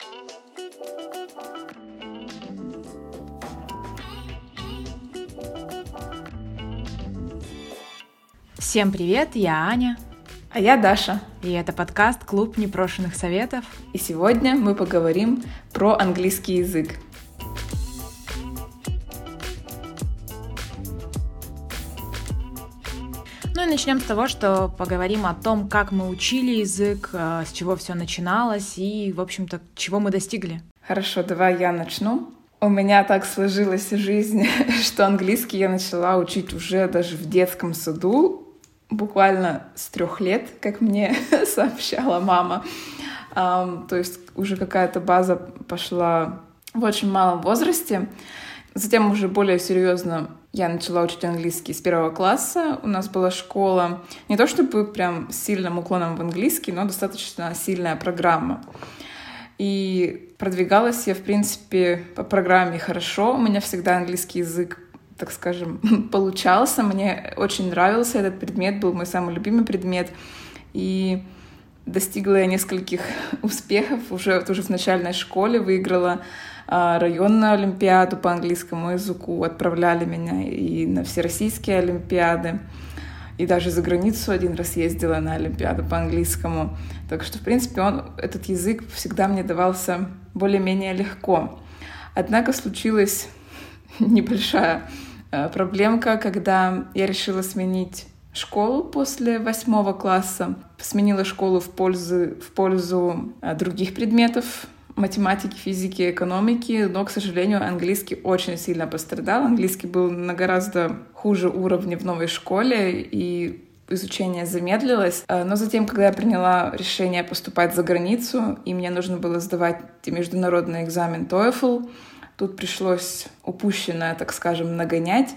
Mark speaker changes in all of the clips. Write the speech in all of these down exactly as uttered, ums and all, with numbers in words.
Speaker 1: Всем привет, я Аня.
Speaker 2: А я Даша.
Speaker 1: И это подкаст «Клуб непрошенных советов».
Speaker 2: И сегодня мы поговорим про английский язык.
Speaker 1: Ну и начнем с того, что поговорим о том, как мы учили язык, с чего все начиналось и, в общем-то, чего мы достигли.
Speaker 2: Хорошо, давай я начну. У меня так сложилась жизнь, что английский я начала учить уже даже в детском саду, буквально с трех лет, как мне сообщала мама. Um, то есть уже какая-то база пошла в очень малом возрасте. Затем уже более серьезно я начала учить английский с первого класса. У нас была школа не то чтобы прям с сильным уклоном в английский, но достаточно сильная программа. И продвигалась я, в принципе, по программе хорошо. У меня всегда английский язык, так скажем, получался. Мне очень нравился этот предмет, был мой самый любимый предмет. И достигла я нескольких успехов. Уже, уже в начальной школе выиграла а, районную олимпиаду по английскому языку. Отправляли меня и на всероссийские олимпиады. И даже за границу один раз ездила на олимпиаду по английскому. Так что, в принципе, он, этот язык всегда мне давался более-менее легко. Однако случилась небольшая э, проблемка, когда я решила сменить школу после восьмого класса. Сменила школу в пользу, в пользу э, других предметов, математики, физики, экономики, но, к сожалению, английский очень сильно пострадал. Английский был на гораздо хуже уровне в новой школе, и изучение замедлилось. Но затем, когда я приняла решение поступать за границу, и мне нужно было сдавать международный экзамен TOEFL, тут пришлось упущенное, так скажем, нагонять.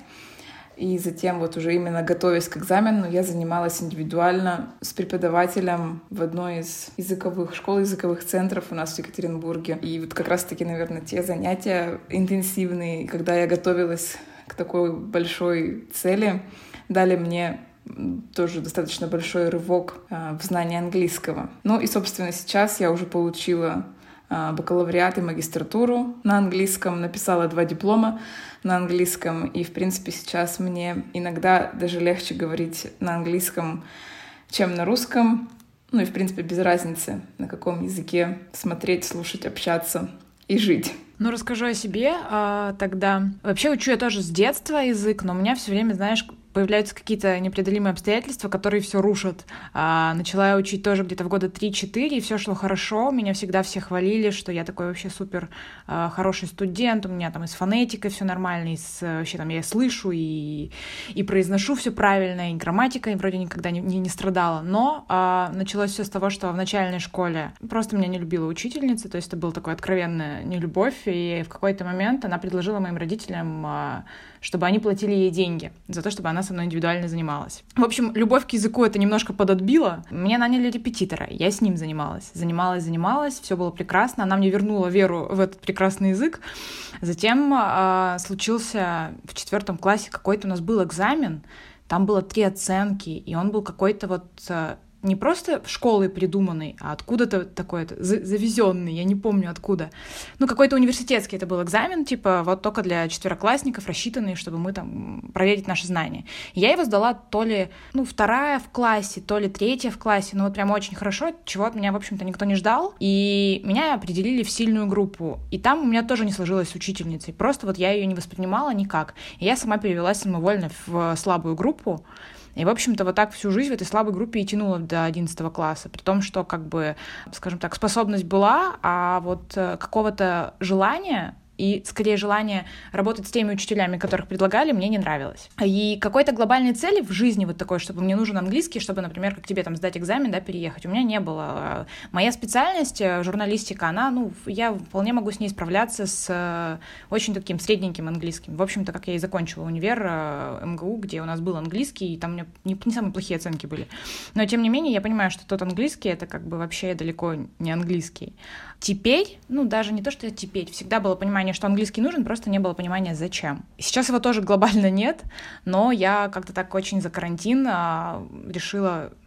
Speaker 2: И затем вот уже именно готовясь к экзамену, я занималась индивидуально с преподавателем в одной из языковых школ, языковых центров у нас в Екатеринбурге. И вот как раз-таки, наверное, те занятия интенсивные, когда я готовилась к такой большой цели, дали мне тоже достаточно большой рывок в знании английского. Ну и, собственно, сейчас я уже получила бакалавриат и магистратуру на английском, написала два диплома на английском, и, в принципе, сейчас мне иногда даже легче говорить на английском, чем на русском. Ну и, в принципе, без разницы, на каком языке смотреть, слушать, общаться и жить.
Speaker 1: Ну, расскажу о себе а, тогда. Вообще учу я тоже с детства язык, но у меня все время, знаешь, появляются какие-то непреодолимые обстоятельства, которые все рушат. А, начала я учить тоже где-то в года три-четыре, и все шло хорошо. Меня всегда все хвалили, что я такой вообще супер а, хороший студент. У меня там и с фонетикой все нормально, и с, вообще там я слышу и, и произношу все правильно, и грамматикой вроде никогда не, не, не страдала. Но а, началось все с того, что в начальной школе просто меня не любила учительница, то есть это была такая откровенная нелюбовь, и в какой-то момент она предложила моим родителям, а, чтобы они платили ей деньги за то, чтобы она со мной индивидуально занималась. В общем, любовь к языку это немножко подотбила. Мне наняли репетитора, я с ним занималась. Занималась, занималась, все было прекрасно. Она мне вернула веру в этот прекрасный язык. Затем э, случился в четвертом классе какой-то у нас был экзамен, там было три оценки, и он был какой-то вот... Э, не просто школой придуманный, а откуда-то такой-то завезенный, я не помню откуда. Ну, какой-то университетский это был экзамен, типа вот только для четвероклассников, рассчитанный, чтобы мы там проверить наши знания. Я его сдала то ли, ну, вторая в классе, то ли третья в классе, ну, вот прям очень хорошо, чего от меня, в общем-то, никто не ждал. И меня определили в сильную группу. И там у меня тоже не сложилось с учительницей, просто вот я ее не воспринимала никак. И я сама перевелась самовольно в слабую группу. И, в общем-то, вот так всю жизнь в этой слабой группе и тянула до одиннадцатого класса, при том, что, как бы, скажем так, способность была, а вот какого-то желания и, скорее, желание работать с теми учителями, которых предлагали, мне не нравилось. И какой-то глобальной цели в жизни вот такой, чтобы мне нужен английский, чтобы, например, как тебе там сдать экзамен, да, переехать, у меня не было. Моя специальность, журналистика, она, ну, я вполне могу с ней справляться с очень таким средненьким английским. В общем-то, как я и закончила универ эм гэ у, где у нас был английский, и там у меня не, не самые плохие оценки были. Но, тем не менее, я понимаю, что тот английский — это как бы вообще далеко не английский. Теперь, ну, даже не то, что теперь, всегда было понимание, что английский нужен, просто не было понимания, зачем. Сейчас его тоже глобально нет, но я как-то так очень за карантин а, решила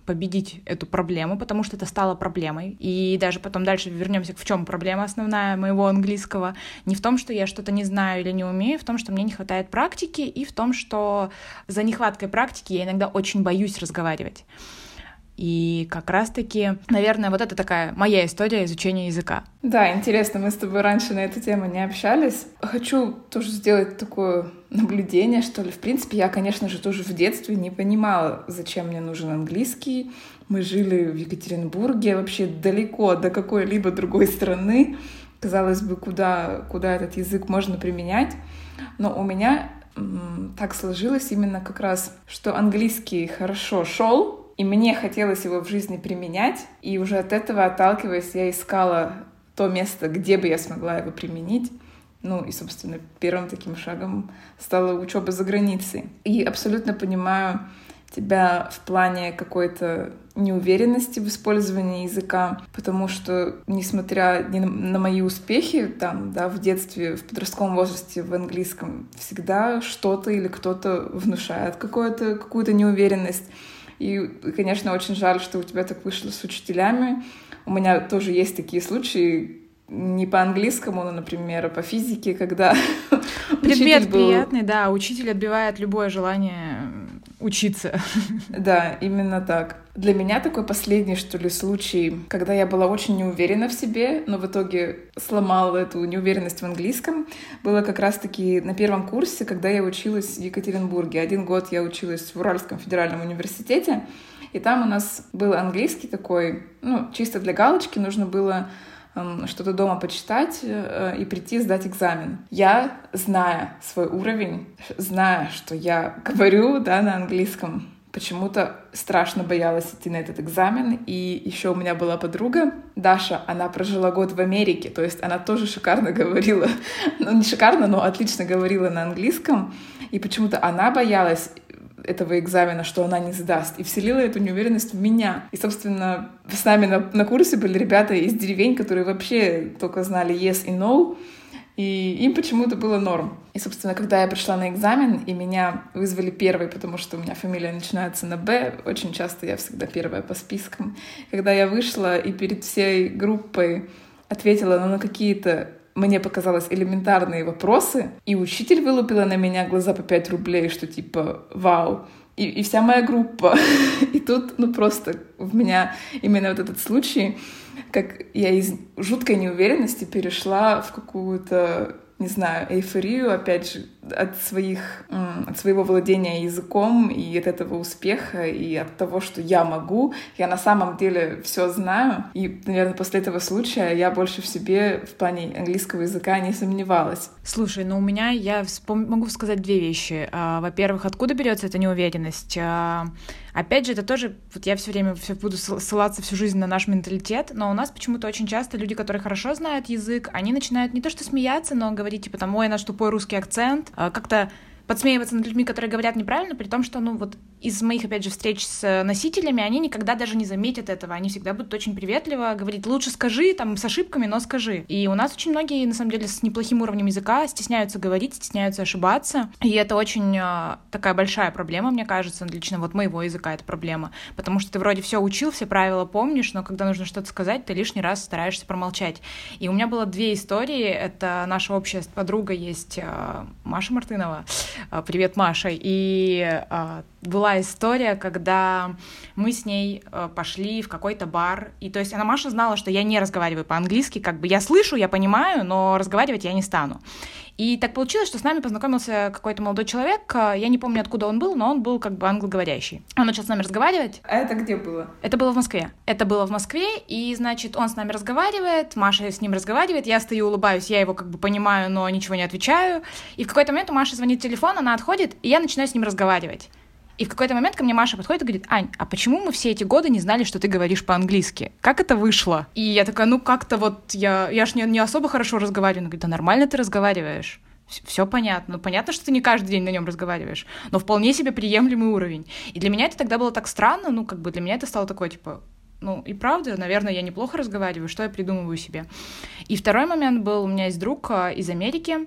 Speaker 1: победить эту проблему, потому что это стало проблемой. И даже потом дальше вернемся к в чем проблема основная моего английского. Не в том, что я что-то не знаю или не умею, в том, что мне не хватает практики, и в том, что за нехваткой практики я иногда очень боюсь разговаривать. И как раз-таки, наверное, вот это такая моя история изучения языка.
Speaker 2: Да, интересно, мы с тобой раньше на эту тему не общались. Хочу тоже сделать такое наблюдение, что ли. В принципе, я, конечно же, тоже в детстве не понимала, зачем мне нужен английский. Мы жили в Екатеринбурге, вообще далеко до какой-либо другой страны. Казалось бы, куда, куда этот язык можно применять. Но у меня м- так сложилось именно как раз, что английский хорошо шел, и мне хотелось его в жизни применять, и уже от этого, отталкиваясь, я искала то место, где бы я смогла его применить. Ну и, собственно, первым таким шагом стала учеба за границей. И абсолютно понимаю тебя в плане какой-то неуверенности в использовании языка, потому что, несмотря на мои успехи там, да, в детстве, в подростковом возрасте в английском, всегда что-то или кто-то внушает какую-то, какую-то неуверенность. И, конечно, очень жаль, что у тебя так вышло с учителями. У меня тоже есть такие случаи, не по английскому, но, например, по физике, когда
Speaker 1: предмет был... приятный, да, учитель отбивает любое желание учиться.
Speaker 2: Да, именно так. Для меня такой последний, что ли, случай, когда я была очень неуверена в себе, но в итоге сломала эту неуверенность в английском, было как раз-таки на первом курсе, когда я училась в Екатеринбурге. Один год я училась в Уральском федеральном университете, и там у нас был английский такой, ну, чисто для галочки нужно было что-то дома почитать э, и прийти сдать экзамен. Я, зная свой уровень, зная, что я говорю, да, на английском, почему-то страшно боялась идти на этот экзамен. И еще у меня была подруга, Даша, она прожила год в Америке, то есть она тоже шикарно говорила, ну не шикарно, но отлично говорила на английском, и почему-то она боялась этого экзамена, что она не сдаст, и вселила эту неуверенность в меня. И, собственно, с нами на, на курсе были ребята из деревень, которые вообще только знали yes и no, и им почему-то было норм. И, собственно, когда я пришла на экзамен, и меня вызвали первой, потому что у меня фамилия начинается на «Б», очень часто я всегда первая по спискам. Когда я вышла и перед всей группой ответила ну, на какие-то мне показалось элементарные вопросы, и учитель вылупила на меня глаза по пять рублей, что типа «Вау!» И, и вся моя группа. И тут, ну просто в меня именно вот этот случай, как я из жуткой неуверенности перешла в какую-то, не знаю, эйфорию, опять же, от своих, от своего владения языком и от этого успеха, и от того, что я могу. Я на самом деле все знаю. И, наверное, после этого случая я больше в себе в плане английского языка не сомневалась.
Speaker 1: Слушай, ну у меня, я вспом... могу сказать две вещи. Во-первых, откуда берется эта неуверенность? Опять же, это тоже, вот я все время все буду ссылаться всю жизнь на наш менталитет, но у нас почему-то очень часто люди, которые хорошо знают язык, они начинают не то что смеяться, но говорить, типа, там, ой, наш тупой русский акцент, как-то подсмеиваться над людьми, которые говорят неправильно, при том, что, ну, вот из моих, опять же, встреч с носителями, они никогда даже не заметят этого, они всегда будут очень приветливо говорить, лучше скажи, там, с ошибками, но скажи. И у нас очень многие, на самом деле, с неплохим уровнем языка стесняются говорить, стесняются ошибаться, и это очень э, такая большая проблема, мне кажется, лично вот моего языка это проблема, потому что ты вроде все учил, все правила помнишь, но когда нужно что-то сказать, ты лишний раз стараешься промолчать. И у меня было две истории, это наша общая подруга есть э, Маша Мартынова, привет, Маша. И а, была история, когда мы с ней а, пошли в какой-то бар. И то есть она, Маша, знала, что я не разговариваю по-английски. Как бы я слышу, я понимаю, но разговаривать я не стану. И так получилось, что с нами познакомился какой-то молодой человек. Я не помню, откуда он был, но он был как бы англоговорящий. Он начал с нами разговаривать.
Speaker 2: А это где было?
Speaker 1: Это было в Москве. Это было в Москве, и, значит, он с нами разговаривает, Маша с ним разговаривает, я стою, улыбаюсь, я его как бы понимаю, но ничего не отвечаю. И в какой-то момент у Маши звонит телефон, она отходит, и я начинаю с ним разговаривать. И в какой-то момент ко мне Маша подходит и говорит: Ань, а почему мы все эти годы не знали, что ты говоришь по-английски? Как это вышло? И я такая, ну как-то вот, я, я ж не, не особо хорошо разговариваю. Она говорит: да нормально ты разговариваешь. Все понятно. Понятно, что ты не каждый день на нем разговариваешь, но вполне себе приемлемый уровень. И для меня это тогда было так странно, ну как бы для меня это стало такое, типа, ну и правда, наверное, я неплохо разговариваю, что я придумываю себе. И второй момент был, у меня есть друг из Америки,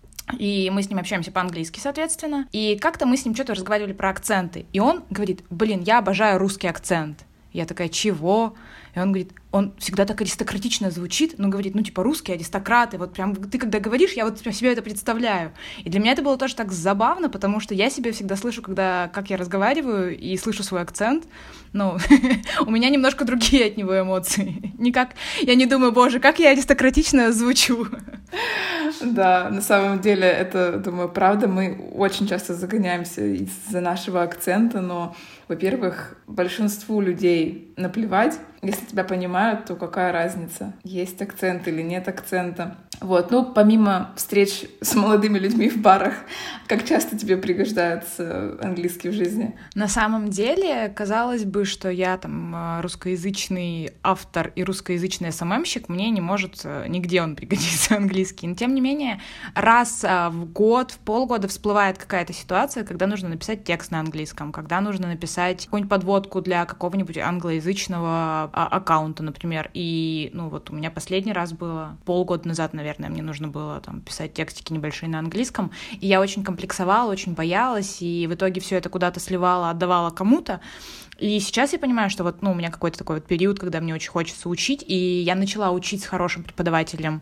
Speaker 1: и мы с ним общаемся по-английски, соответственно. И как-то мы с ним что-то разговаривали про акценты. И он говорит: блин, я обожаю русский акцент. Я такая, чего? И он говорит, он всегда так аристократично звучит, но говорит, ну, типа, русские аристократы, вот прям ты когда говоришь, я вот себе это представляю. И для меня это было тоже так забавно, потому что я себе всегда слышу, когда, как я разговариваю, и слышу свой акцент, ну, у меня немножко другие от него эмоции. Никак, я не думаю, боже, как я аристократично звучу.
Speaker 2: Да, на самом деле, это, думаю, правда, мы очень часто загоняемся из-за нашего акцента, но, во-первых, большинству людей наплевать, если тебя понимают, то какая разница, есть акцент или нет акцента. Вот, ну, помимо встреч с молодыми людьми в барах, как часто тебе пригождается английский в жизни?
Speaker 1: На самом деле, казалось бы, что я там русскоязычный автор и русскоязычный эс эм эм-щик, мне не может нигде он пригодиться английский. Но, тем не менее, раз в год, в полгода всплывает какая-то ситуация, когда нужно написать текст на английском, когда нужно написать какую-нибудь подводку для какого-нибудь англоязычного аккаунта, например. И, ну, вот у меня последний раз было полгода назад, наверное, мне нужно было там писать текстики небольшие на английском, и я очень комплексовала, очень боялась, и в итоге все это куда-то сливала, отдавала кому-то. И сейчас я понимаю, что вот, ну, у меня какой-то такой вот период, когда мне очень хочется учить, и я начала учить с хорошим преподавателем,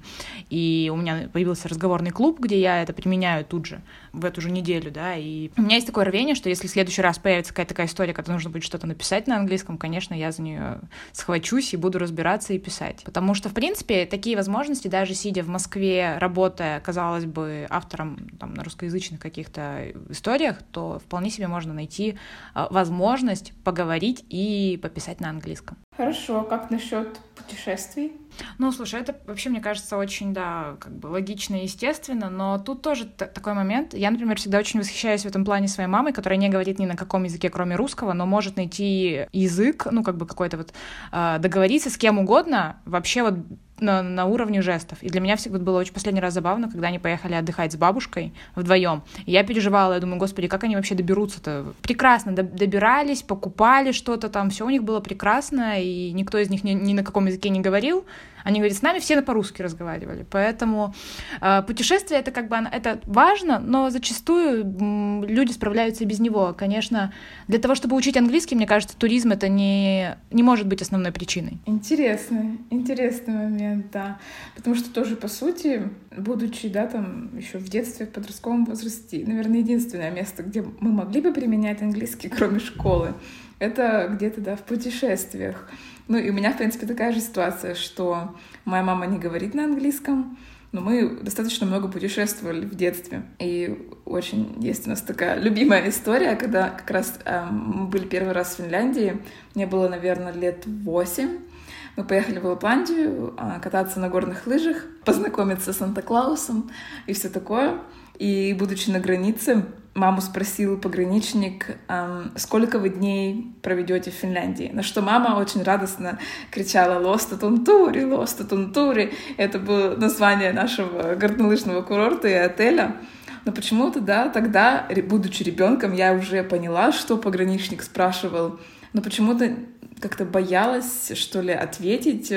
Speaker 1: и у меня появился разговорный клуб, где я это применяю тут же, в эту же неделю, да, и у меня есть такое рвение, что если в следующий раз появится какая-то такая история, когда нужно будет что-то написать на английском, конечно, я за нее схвачусь и буду разбираться и писать. Потому что, в принципе, такие возможности, даже сидя в Москве, работая, казалось бы, автором там, на русскоязычных каких-то историях, то вполне себе можно найти э, возможность поговорить и пописать на английском.
Speaker 2: Хорошо, как насчет путешествий?
Speaker 1: Ну, слушай, это вообще, мне кажется, очень, да, как бы логично и естественно, но тут тоже т- такой момент. Я, например, всегда очень восхищаюсь в этом плане своей мамой, которая не говорит ни на каком языке, кроме русского, но может найти язык, ну, как бы какой-то вот, э, договориться с кем угодно, вообще вот на, на уровне жестов. И для меня всегда было очень последний раз забавно, когда они поехали отдыхать с бабушкой вдвоем. И я переживала, я думаю, господи, как они вообще доберутся-то? Прекрасно добирались, покупали что-то там, все у них было прекрасно, и никто из них ни, ни на каком языке не говорил. Они говорят, с нами все по-русски разговаривали. Поэтому э, путешествие это как бы это важно, но зачастую м, люди справляются и без него. Конечно, для того, чтобы учить английский, мне кажется, туризм это не, не может быть основной причиной.
Speaker 2: Интересный, интересный момент, да. Потому что тоже, по сути, будучи, да, там, еще в детстве, в подростковом возрасте, наверное, единственное место, где мы могли бы применять английский, кроме школы, это где-то, да, в путешествиях. Ну, и у меня, в принципе, такая же ситуация, что моя мама не говорит на английском, но мы достаточно много путешествовали в детстве. И очень есть у нас такая любимая история, когда как раз э, мы были первый раз в Финляндии, мне было, наверное, лет восемь. Мы поехали в Лапландию э, кататься на горных лыжах, познакомиться с Санта-Клаусом и все такое. И, будучи на границе, маму спросил пограничник, эм, сколько вы дней проведете в Финляндии. На что мама очень радостно кричала «Лоста Тунтури! Лоста Тунтури!». Это было название нашего горнолыжного курорта и отеля. Но почему-то, да, тогда, будучи ребенком, я уже поняла, что пограничник спрашивал, но почему-то как-то боялась, что ли, ответить,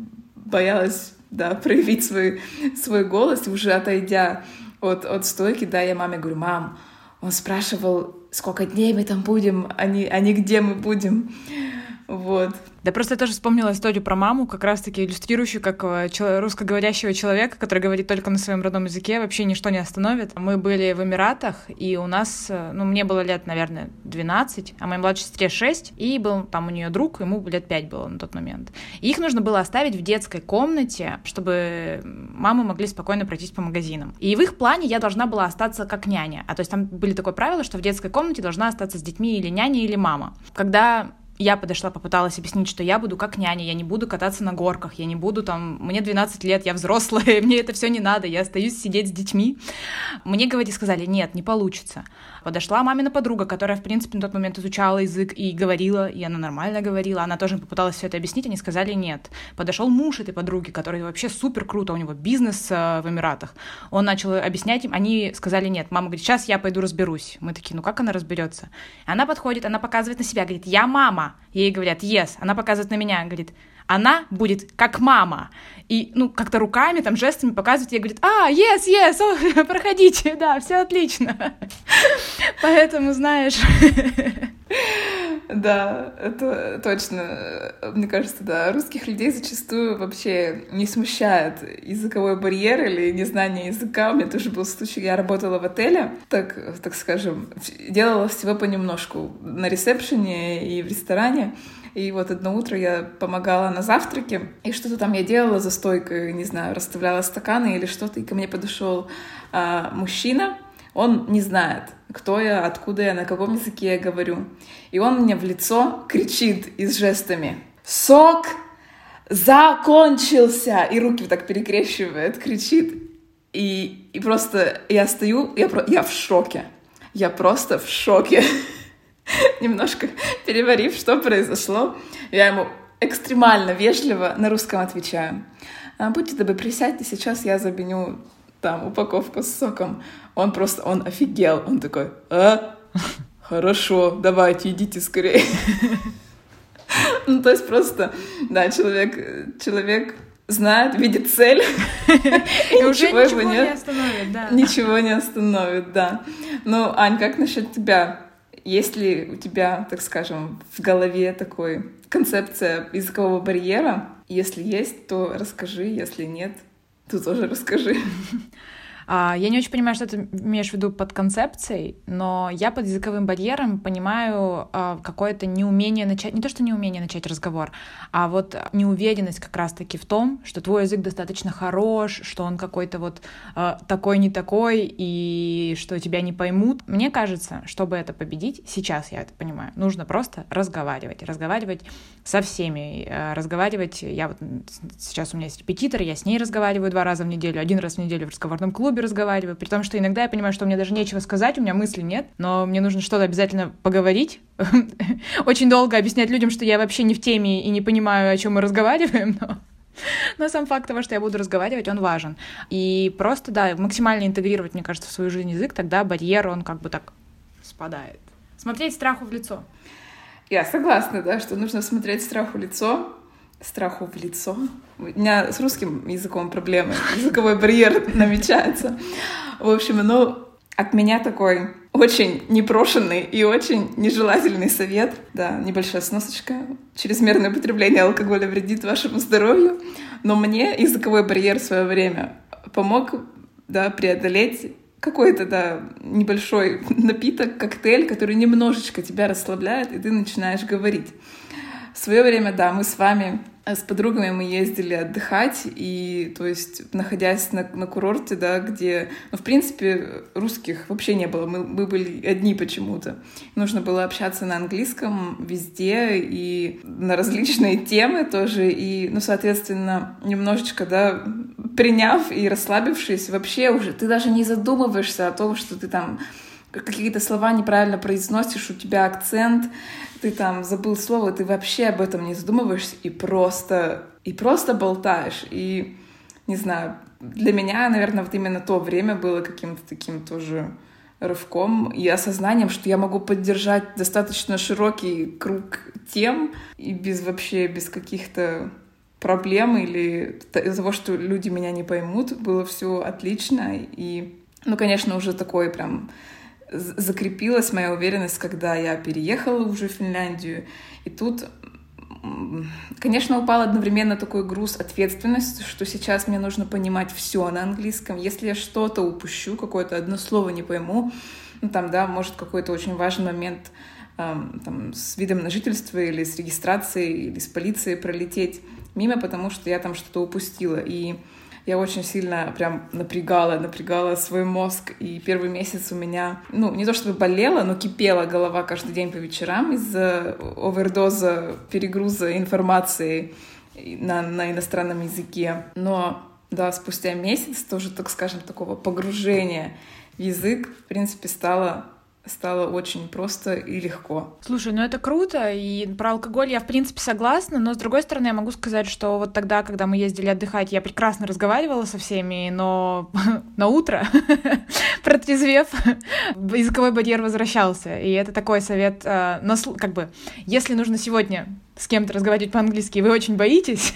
Speaker 2: боялась, да, проявить свой, свой голос, и уже отойдя от, от стойки, да, я маме говорю: «Мам, он спрашивал, сколько дней мы там будем, а не, а не где мы будем». Вот.
Speaker 1: Да просто я тоже вспомнила историю про маму, как раз-таки иллюстрирующую, как русскоговорящего человека, который говорит только на своем родном языке, вообще ничто не остановит. Мы были в Эмиратах, и у нас, ну, мне было лет, наверное, двенадцать, а моей младшей сестре шесть, и был там у нее друг, ему лет пять было на тот момент. И их нужно было оставить в детской комнате, чтобы мамы могли спокойно пройтись по магазинам. И в их плане я должна была остаться как няня. А то есть там были такое правило, что в детской комнате должна остаться с детьми или няня, или мама. Когда я подошла, попыталась объяснить, что я буду как няня, я не буду кататься на горках, я не буду там... Мне двенадцать лет, я взрослая, мне это все не надо, я остаюсь сидеть с детьми. Мне, говорили, сказали, нет, не получится. Подошла мамина подруга, которая, в принципе, на тот момент изучала язык и говорила, и она нормально говорила, она тоже попыталась все это объяснить, они сказали нет. Подошел муж этой подруги, который вообще супер круто, у него бизнес в Эмиратах. Он начал объяснять им, они сказали нет. Мама говорит, сейчас я пойду разберусь. Мы такие, ну как она разберется? Она подходит, она показывает на себя, говорит, я мама. Ей говорят, yes. Она показывает на меня, говорит, она будет как мама. И, ну, как-то руками, там, жестами показывает, ей говорит, а, yes, yes, о, проходите, да, все отлично. Поэтому, знаешь...
Speaker 2: Да, это точно. Мне кажется, да, русских людей зачастую вообще не смущает языковой барьер или незнание языка. У меня тоже был случай, я работала в отеле, так, так скажем, делала всего понемножку на ресепшене и в ресторане. И вот одно утро я помогала на завтраке, и что-то там я делала за стойкой, не знаю, расставляла стаканы или что-то, и ко мне подошел а, мужчина. Он не знает, кто я, откуда я, на каком языке я говорю. И он мне в лицо кричит и с жестами: «Сок закончился!» И руки вот так перекрещивает, кричит. И, и просто я стою, я, я в шоке. Я просто в шоке. Немножко переварив, что произошло, я ему экстремально вежливо на русском отвечаю: «Будьте добры, присядьте, сейчас я забеню там упаковку с соком». Он просто, он офигел, он такой: «А, хорошо, давайте, идите скорее». Ну, то есть просто, да, человек, человек знает, видит цель, и ничего его не остановит, да. Ничего не остановит, да. Ну, Ань, как насчет тебя? Есть ли у тебя, так скажем, в голове такой концепция языкового барьера? Если есть, то расскажи, если нет, то тоже расскажи.
Speaker 1: Я не очень понимаю, что ты имеешь в виду под концепцией, но я под языковым барьером понимаю какое-то неумение начать, не то что неумение начать разговор, а вот неуверенность как раз-таки в том, что твой язык достаточно хорош, что он какой-то вот такой не такой, и что тебя не поймут. Мне кажется, чтобы это победить, сейчас я это понимаю, нужно просто разговаривать, разговаривать со всеми, разговаривать. Я вот сейчас у меня есть репетитор, я с ней разговариваю два раза в неделю, один раз в неделю в разговорном клубе разговариваю, при том, что иногда я понимаю, что мне даже нечего сказать, у меня мысли нет, но мне нужно что-то обязательно поговорить. Очень долго объяснять людям, что я вообще не в теме и не понимаю, о чем мы разговариваем, но... но сам факт того, что я буду разговаривать, он важен. И просто, да, максимально интегрировать, мне кажется, в свою жизнь язык, тогда барьер, он как бы так спадает. Смотреть страху в лицо.
Speaker 2: Я согласна, да, что нужно смотреть страху в лицо, страху в лицо. У меня с русским языком проблемы, языковой барьер намечается. В общем, ну, от меня такой очень непрошенный и очень нежелательный совет. Да, небольшая сносочка. Чрезмерное употребление алкоголя вредит вашему здоровью. Но мне языковой барьер в свое время помог, да, преодолеть какой-то, да, небольшой напиток, коктейль, который немножечко тебя расслабляет, и ты начинаешь говорить. В свое время, да, мы с вами, с подругами мы ездили отдыхать, и, то есть, находясь на, на курорте, да, где, ну, в принципе, русских вообще не было, мы, мы были одни почему-то. Нужно было общаться на английском везде и на различные темы тоже, и, ну, соответственно, немножечко, да, приняв и расслабившись, вообще уже ты даже не задумываешься о том, что ты там какие-то слова неправильно произносишь, у тебя акцент, ты там забыл слово, ты вообще об этом не задумываешься и просто, и просто болтаешь. И, не знаю, для меня, наверное, вот именно то время было каким-то таким тоже рывком и осознанием, что я могу поддержать достаточно широкий круг тем и без вообще, без каких-то проблем или из-за того, что люди меня не поймут, было все отлично. И, ну, конечно, уже такой прям закрепилась моя уверенность, когда я переехала уже в Финляндию. И тут, конечно, упал одновременно такой груз ответственности, что сейчас мне нужно понимать все на английском. Если я что-то упущу, какое-то одно слово не пойму, ну, там, да, может какой-то очень важный момент эм, там, с видом на жительство или с регистрацией, или с полицией пролететь мимо, потому что я там что-то упустила. И я очень сильно прям напрягала, напрягала свой мозг. И первый месяц у меня, ну, не то чтобы болела, но кипела голова каждый день по вечерам из-за овердоза, перегруза информации на, на иностранном языке. Но, да, спустя месяц тоже, так скажем, такого погружения в язык, в принципе, стало... стало очень просто и легко.
Speaker 1: Слушай, ну это круто, и про алкоголь я, в принципе, согласна, но, с другой стороны, я могу сказать, что вот тогда, когда мы ездили отдыхать, я прекрасно разговаривала со всеми, но на утро, протрезвев, языковой барьер возвращался, и это такой совет, как бы, если нужно сегодня с кем-то разговаривать по-английски, и вы очень боитесь,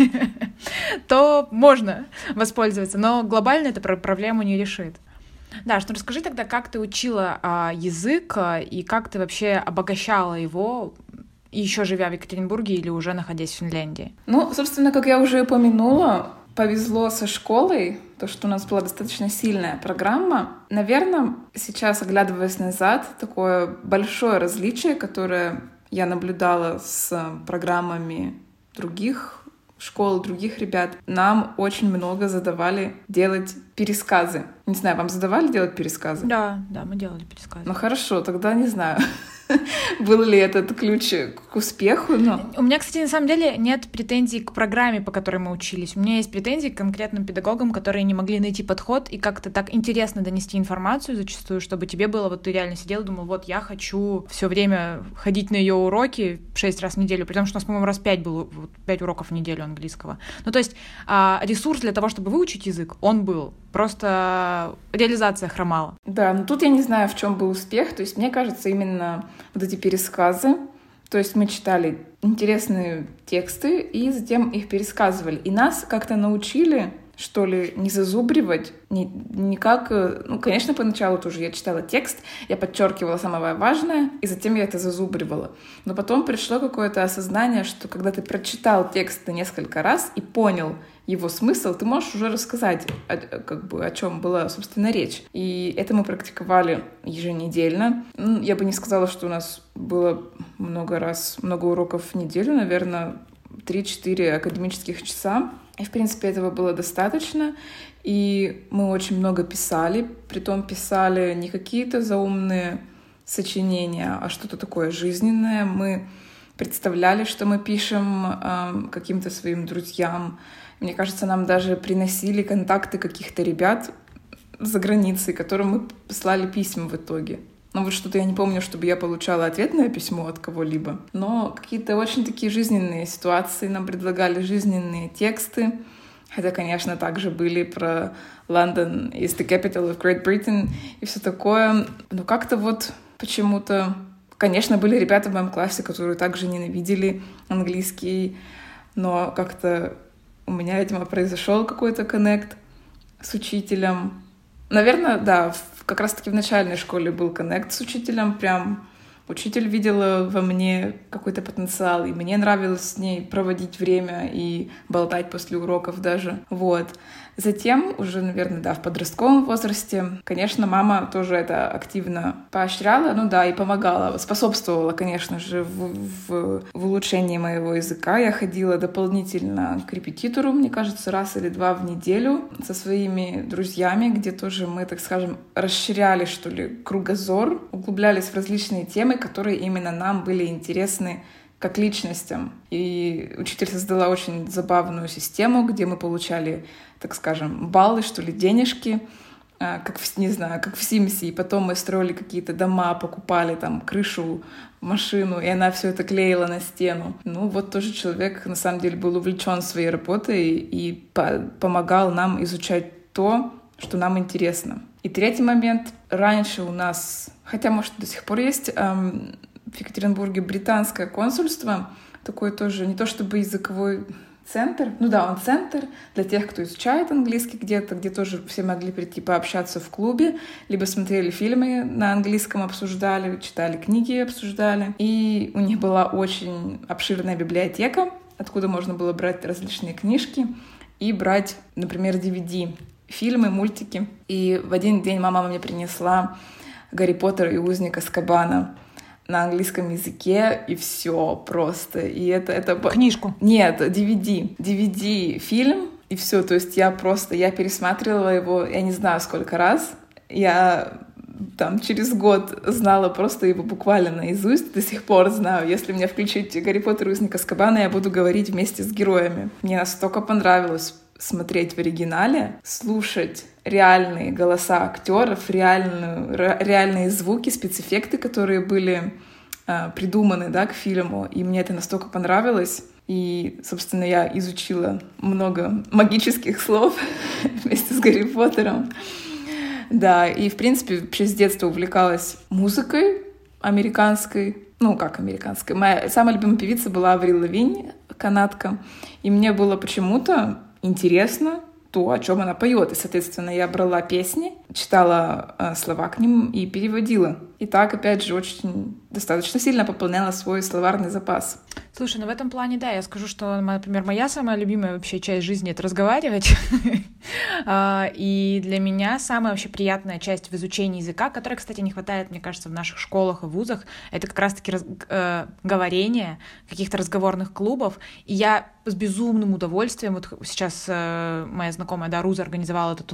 Speaker 1: то можно воспользоваться, но глобально это проблему не решит. Да, что расскажи тогда, как ты учила а, язык а, и как ты вообще обогащала его еще живя в Екатеринбурге или уже находясь в Финляндии?
Speaker 2: Ну, собственно, как я уже упомянула, повезло со школой, то, что у нас была достаточно сильная программа. Наверное, сейчас, оглядываясь назад, такое большое различие, которое я наблюдала с программами других школ, других ребят, нам очень много задавали делать пересказы. Не знаю, вам задавали делать пересказы?
Speaker 1: Да, да, мы делали пересказы.
Speaker 2: Ну хорошо, тогда не знаю, был ли этот ключ к успеху, но...
Speaker 1: У меня, кстати, на самом деле нет претензий к программе, по которой мы учились. У меня есть претензии к конкретным педагогам, которые не могли найти подход и как-то так интересно донести информацию зачастую, чтобы тебе было, вот ты реально сидел и думал, вот я хочу все время ходить на ее уроки шесть раз в неделю, при том, что у нас, по-моему, раз пять было, вот, пять уроков в неделю английского. Ну, то есть а, ресурс для того, чтобы выучить язык, он был. Просто реализация хромала.
Speaker 2: Да, но тут я не знаю, в чем был успех. То есть мне кажется, именно вот эти пересказы, то есть мы читали интересные тексты и затем их пересказывали. И нас как-то научили, что ли, не зазубривать, не, не как... Ну, конечно, поначалу тоже я читала текст, я подчеркивала самое важное, и затем я это зазубривала. Но потом пришло какое-то осознание, что когда ты прочитал текст несколько раз и понял его смысл, ты можешь уже рассказать, о, как бы, о чем была, собственно, речь. И это мы практиковали еженедельно. Я бы не сказала, что у нас было много раз, много уроков в неделю, наверное, три-четыре академических часа. И, в принципе, этого было достаточно. И мы очень много писали. Притом писали не какие-то заумные сочинения, а что-то такое жизненное. Мы представляли, что мы пишем э, каким-то своим друзьям. Мне кажется, нам даже приносили контакты каких-то ребят за границей, которым мы послали письма в итоге. Ну вот что-то я не помню, чтобы я получала ответное письмо от кого-либо. Но какие-то очень такие жизненные ситуации нам предлагали, жизненные тексты. Хотя, конечно, также были про London is the capital of Great Britain и все такое. Но как-то вот почему-то... Конечно, были ребята в моем классе, которые также ненавидели английский, но как-то у меня, видимо, произошел какой-то коннект с учителем. Наверное, да, как раз-таки в начальной школе был коннект с учителем. Прям учитель видела во мне какой-то потенциал, и мне нравилось с ней проводить время и болтать после уроков даже. Вот. Затем уже, наверное, да, в подростковом возрасте, конечно, мама тоже это активно поощряла, ну да, и помогала, способствовала, конечно же, в, в, в улучшении моего языка. Я ходила дополнительно к репетитору, мне кажется, раз или два в неделю со своими друзьями, где тоже мы, так скажем, расширяли, что ли, кругозор, углублялись в различные темы, которые именно нам были интересны как личностям. И учитель создала очень забавную систему, где мы получали, так скажем, баллы, что ли, денежки, как в, не знаю, как в Симсе. И потом мы строили какие-то дома, покупали там крышу, машину, и она все это клеила на стену. Ну, вот тоже человек, на самом деле, был увлечен своей работой и по- помогал нам изучать то, что нам интересно. И третий момент. Раньше у нас, хотя, может, до сих пор есть, эм, в Екатеринбурге британское консульство, такой тоже не то чтобы языковой центр, ну да, он центр для тех, кто изучает английский где-то, где тоже все могли прийти пообщаться в клубе, либо смотрели фильмы на английском, обсуждали, читали книги, обсуждали. И у них была очень обширная библиотека, откуда можно было брать различные книжки и брать, например, ди ви ди, фильмы, мультики. И в один день мама мне принесла «Гарри Поттер и узник Азкабана» на английском языке, и все просто. И это... это...
Speaker 1: Книжку?
Speaker 2: Нет, ди ви ди. ди ви ди-фильм, и все. То есть я просто... Я пересматривала его, я не знаю, сколько раз. Я там через год знала просто его буквально наизусть, до сих пор знаю. Если мне включить «Гарри Поттер и узник Азкабана», я буду говорить вместе с героями. Мне настолько понравилось смотреть в оригинале, слушать реальные голоса актеров, реальную, реальные звуки, спецэффекты, которые были э, придуманы, да, к фильму. И мне это настолько понравилось. И, собственно, я изучила много магических слов вместе с Гарри Поттером. Да, и, в принципе, вообще с детства увлекалась музыкой американской. Ну, как американской. Моя самая любимая певица была Аврил Лавинь, канадка. И мне было почему-то интересно то, о чем она поет. И, соответственно, я брала песни, читала э, слова к ним и переводила. И так, опять же, очень достаточно сильно пополняла свой словарный запас.
Speaker 1: Слушай, ну в этом плане, да, я скажу, что, например, моя самая любимая вообще часть жизни — это разговаривать. И для меня самая вообще приятная часть в изучении языка, которой, кстати, не хватает, мне кажется, в наших школах и вузах, это как раз-таки раз... э, говорение, каких-то разговорных клубов. И я с безумным удовольствием, вот сейчас э, моя знакомая Даруза организовала этот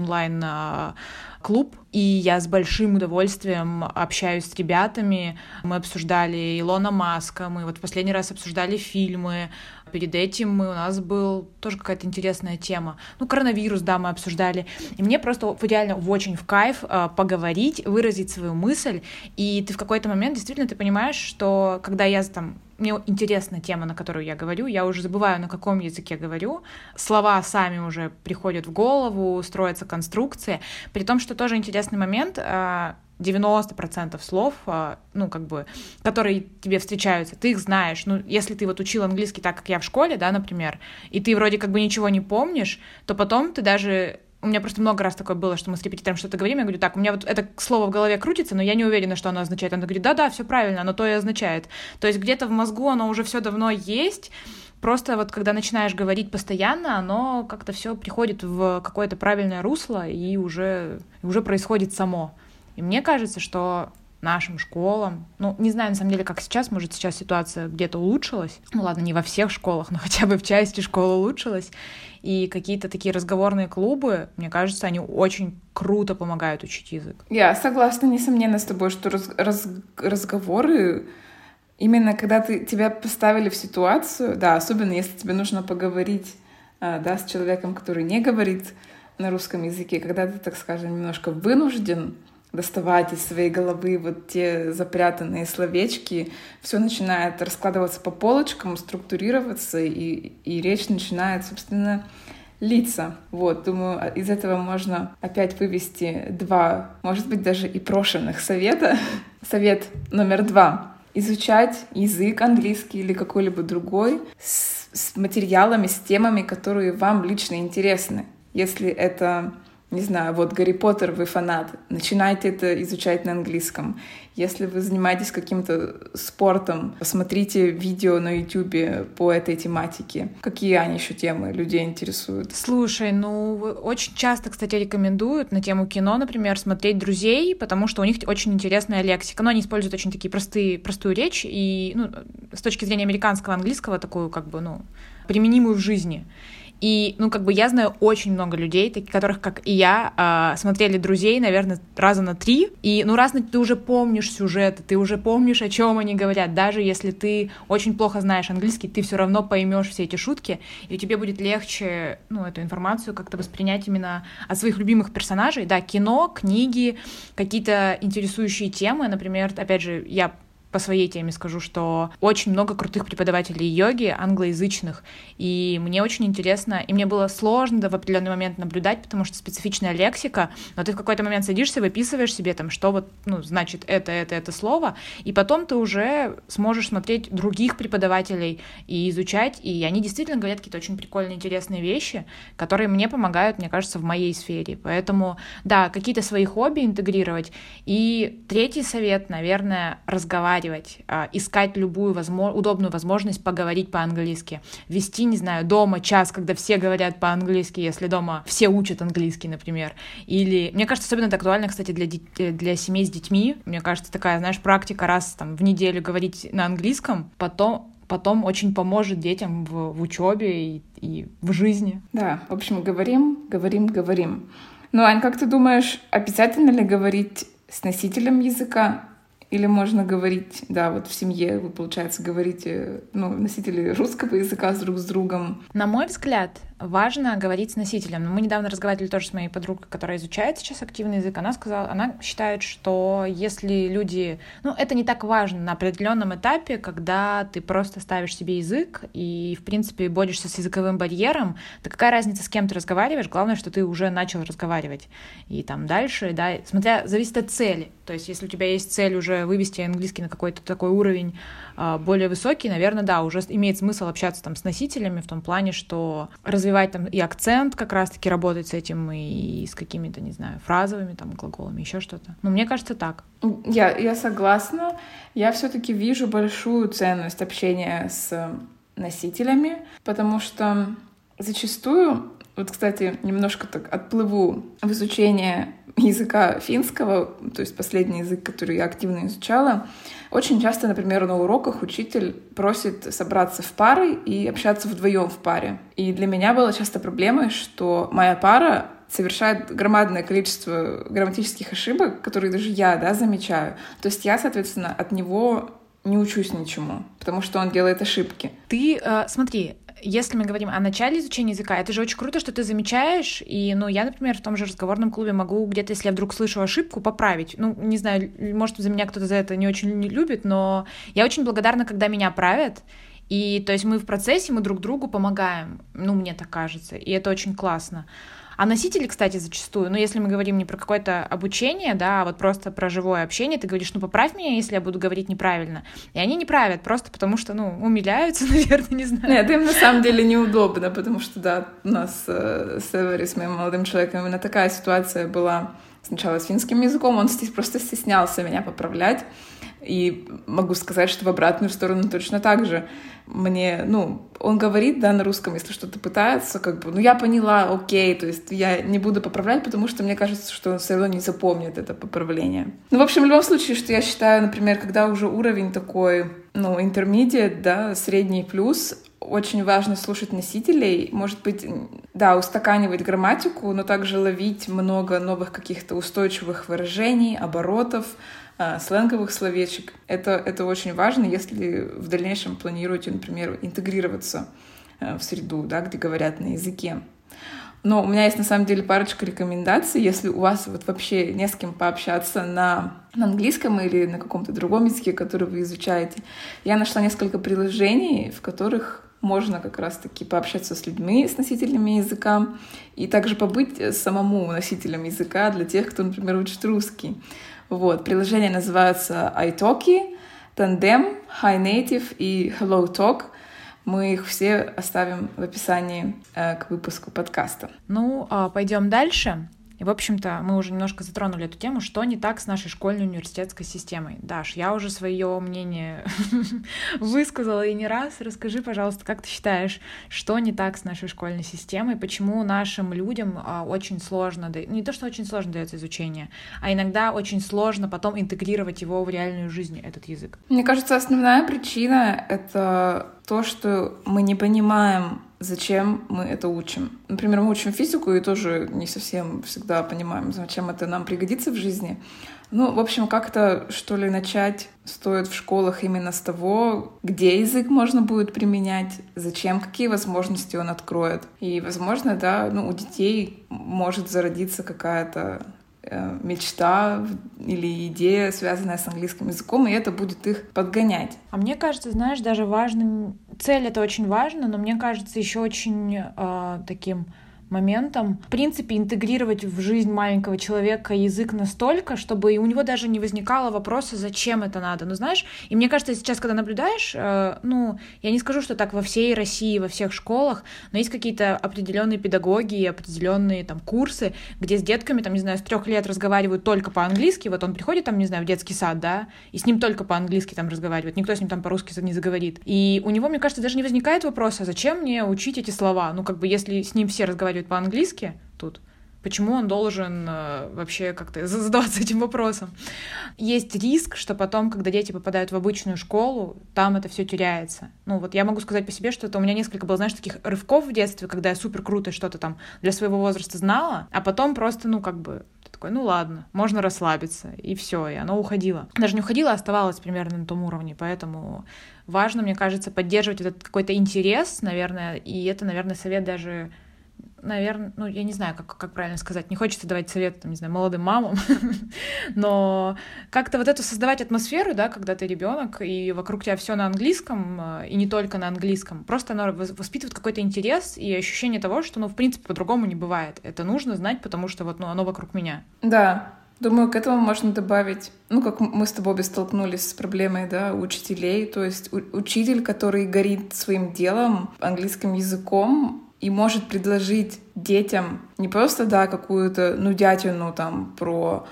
Speaker 1: онлайн-клуб, и я с большим удовольствием общаюсь с ребятами. Мы обсуждали Илона Маска, мы вот в последний раз обсуждали фильмы. Перед этим мы, у нас был тоже какая-то интересная тема. Ну, коронавирус, да, мы обсуждали. И мне просто идеально, очень в кайф э, поговорить, выразить свою мысль. И ты в какой-то момент действительно ты понимаешь, что когда я там... Мне интересна тема, на которую я говорю, я уже забываю, на каком языке говорю. Слова сами уже приходят в голову, строятся конструкции. При том, что тоже интересный момент, девяносто процентов слов, ну, как бы, которые тебе встречаются, ты их знаешь. Ну, если ты вот учил английский так, как я в школе, да, например, и ты вроде как бы ничего не помнишь, то потом ты даже... У меня просто много раз такое было, что мы с репетитором что-то говорим, я говорю, так, у меня вот это слово в голове крутится, но я не уверена, что оно означает. Она говорит, да-да, все правильно, оно то и означает. То есть где-то в мозгу оно уже все давно есть, просто вот когда начинаешь говорить постоянно, оно как-то все приходит в какое-то правильное русло и уже, уже происходит само. И мне кажется, что нашим школам, ну, не знаю, на самом деле, как сейчас, может, сейчас ситуация где-то улучшилась, ну, ладно, не во всех школах, но хотя бы в части школы улучшилась, и какие-то такие разговорные клубы, мне кажется, они очень круто помогают учить язык.
Speaker 2: Я согласна, несомненно, с тобой, что раз, раз, разговоры, именно когда ты, тебя поставили в ситуацию, да, особенно если тебе нужно поговорить, да, с человеком, который не говорит на русском языке, когда ты, так скажем, немножко вынужден доставать из своей головы вот те запрятанные словечки, все начинает раскладываться по полочкам, структурироваться, и, и речь начинает, собственно, литься. Вот, думаю, из этого можно опять вывести два, может быть, даже и брошенных совета. Совет номер два. Изучать язык английский или какой-либо другой с, с материалами, с темами, которые вам лично интересны. Если это... Не знаю, вот Гарри Поттер, вы фанат, начинайте это изучать на английском. Если вы занимаетесь каким-то спортом, посмотрите видео на YouTube по этой тематике. Какие они еще темы людей интересуют?
Speaker 1: Слушай, ну, очень часто, кстати, рекомендуют на тему кино, например, смотреть «Друзей», потому что у них очень интересная лексика. Но они используют очень такие простые, простую речь и, ну, с точки зрения американского английского, такую, как бы, ну, применимую в жизни. И, ну, как бы я знаю очень много людей, таких, которых, как и я, э, смотрели «Друзей», наверное, раза на три. И, ну, раз ты уже помнишь сюжеты, ты уже помнишь, о чем они говорят. Даже если ты очень плохо знаешь английский, ты все равно поймешь все эти шутки, и тебе будет легче, ну, эту информацию как-то воспринять именно от своих любимых персонажей. Да, кино, книги, какие-то интересующие темы. Например, опять же, я по своей теме скажу, что очень много крутых преподавателей йоги, англоязычных, и мне очень интересно, и мне было сложно да, в определенный момент наблюдать, потому что специфичная лексика, но ты в какой-то момент садишься, выписываешь себе там, что вот, ну, значит это, это, это слово, и потом ты уже сможешь смотреть других преподавателей и изучать, и они действительно говорят какие-то очень прикольные, интересные вещи, которые мне помогают, мне кажется, в моей сфере, поэтому, да, какие-то свои хобби интегрировать, и третий совет, наверное, разговаривать, искать любую возможно, удобную возможность поговорить по-английски. Вести, не знаю, дома час, когда все говорят по-английски, если дома все учат английский, например. Или, мне кажется, особенно это актуально, кстати, для, для семей с детьми. Мне кажется, такая, знаешь, практика раз там, в неделю говорить на английском, потом потом очень поможет детям в, в учебе и, и в жизни.
Speaker 2: Да, в общем, говорим, говорим, говорим. Ну, Ань, как ты думаешь, обязательно ли говорить с носителем языка? Или можно говорить, да, вот в семье вы, получается, говорите, ну, носители русского языка с друг с другом?
Speaker 1: На мой взгляд, важно говорить с носителем. Мы недавно разговаривали тоже с моей подругой, которая изучает сейчас активный язык. Она сказала, она считает, что если люди... Ну, это не так важно на определенном этапе, когда ты просто ставишь себе язык и, в принципе, борешься с языковым барьером, то какая разница, с кем ты разговариваешь? Главное, что ты уже начал разговаривать. И там дальше, да, смотря, зависит от цели. То есть, если у тебя есть цель уже вывести английский на какой-то такой уровень более высокий, наверное, да, уже имеет смысл общаться там с носителями в том плане, что развивать развивать там и акцент, как раз-таки работать с этим, и с какими-то, не знаю, фразовыми там глаголами, еще что-то. Ну, мне кажется, так.
Speaker 2: Я, я согласна. Я все-таки вижу большую ценность общения с носителями, потому что зачастую, вот, кстати, немножко так отплыву в изучение языка финского, то есть последний язык, который я активно изучала, очень часто, например, на уроках учитель просит собраться в пары и общаться вдвоем в паре. И для меня была часто проблемой, что моя пара совершает громадное количество грамматических ошибок, которые даже я, да, замечаю. То есть я, соответственно, от него не учусь ничему, потому что он делает ошибки.
Speaker 1: Ты, э, смотри, если мы говорим о начале изучения языка, это же очень круто, что ты замечаешь, и, ну, я, например, в том же разговорном клубе могу где-то, если я вдруг слышу ошибку, поправить. Ну, не знаю, может, за меня кто-то за это не очень не любит, но я очень благодарна, когда меня правят, и, то есть, мы в процессе, мы друг другу помогаем, ну, мне так кажется, и это очень классно. А носители, кстати, зачастую, ну, если мы говорим не про какое-то обучение, да, а вот просто про живое общение, ты говоришь, ну, поправь меня, если я буду говорить неправильно. И они не правят, просто потому что, ну, умиляются, наверное, не знаю.
Speaker 2: Нет, им на самом деле неудобно, потому что, да, у нас э, с Эвери, с моим молодым человеком, именно такая ситуация была сначала с финским языком, он здесь просто стеснялся меня поправлять. И могу сказать, что в обратную сторону точно так же. Мне, ну, он говорит, да, на русском, если что-то пытается, как бы, ну, я поняла, окей, то есть я не буду поправлять, потому что мне кажется, что он все равно не запомнит это поправление. Ну, в общем, в любом случае, что я считаю, например, когда уже уровень такой, ну, intermediate, да, средний плюс, очень важно слушать носителей, может быть, да, устаканивать грамматику, но также ловить много новых каких-то устойчивых выражений, оборотов, сленговых словечек. Это, это очень важно, если в дальнейшем планируете, например, интегрироваться в среду, да, где говорят на языке. Но у меня есть, на самом деле, парочка рекомендаций, если у вас вот вообще не с кем пообщаться на, на английском или на каком-то другом языке, который вы изучаете. Я нашла несколько приложений, в которых можно как раз-таки пообщаться с людьми, с носителями языка, и также побыть самому носителем языка для тех, кто, например, учит русский. Вот. Приложения называются iTalki, Tandem, HiNative и HelloTalk. Мы их все оставим в описании э, к выпуску подкаста.
Speaker 1: Ну, а пойдем дальше. И, в общем-то, мы уже немножко затронули эту тему, что не так с нашей школьной университетской системой. Даш, я уже свое мнение высказала и не раз. Расскажи, пожалуйста, как ты считаешь, что не так с нашей школьной системой, почему нашим людям а, очень сложно, да, не то, что очень сложно дается изучение, а иногда очень сложно потом интегрировать его в реальную жизнь, этот язык?
Speaker 2: Мне кажется, основная причина — это то, что мы не понимаем, зачем мы это учим. Например, мы учим физику и тоже не совсем всегда понимаем, зачем это нам пригодится в жизни. Ну, в общем, как-то, что ли, начать стоит в школах именно с того, где язык можно будет применять, зачем, какие возможности он откроет. И, возможно, да, ну, у детей может зародиться какая-то э, мечта или идея, связанная с английским языком, и это будет их подгонять.
Speaker 1: А мне кажется, знаешь, даже важным... Цель — это очень важно, но мне кажется, еще очень э, таким моментом, в принципе, интегрировать в жизнь маленького человека язык настолько, чтобы у него даже не возникало вопроса, зачем это надо. Ну, знаешь, и мне кажется, сейчас, когда наблюдаешь, э, ну, я не скажу, что так во всей России, во всех школах, но есть какие-то определенные педагоги, определенные там курсы, где с детками, там, не знаю, с трех лет разговаривают только по-английски, вот он приходит там, не знаю, в детский сад, да, и с ним только по-английски там разговаривает, никто с ним там по-русски не заговорит. И у него, мне кажется, даже не возникает вопроса, зачем мне учить эти слова? Ну, как бы, если с ним все разговаривают по-английски тут, почему он должен э, вообще как-то задаваться этим вопросом? Есть риск, что потом, когда дети попадают в обычную школу, там это все теряется. Ну вот я могу сказать по себе, что это у меня несколько было, знаешь, таких рывков в детстве, когда я супер круто что-то там для своего возраста знала, а потом просто, ну как бы, такой, ну ладно, можно расслабиться, и все, и оно уходило. Даже не уходило, а оставалось примерно на том уровне, поэтому важно, мне кажется, поддерживать этот какой-то интерес, наверное, и это, наверное, совет даже... Наверное, ну, я не знаю, как, как правильно сказать, не хочется давать совет, там, не знаю, молодым мамам, но как-то вот эту создавать атмосферу, да, когда ты ребенок, и вокруг тебя все на английском, и не только на английском, просто оно воспитывает какой-то интерес и ощущение того, что, ну, в принципе, по-другому не бывает. Это нужно знать, потому что вот, ну, оно вокруг меня.
Speaker 2: Да, думаю, к этому можно добавить, ну, как мы с тобой обе столкнулись с проблемой, да, учителей, то есть у- учитель, который горит своим делом, английским языком, и может предложить детям не просто, да, какую-то нудятину там про,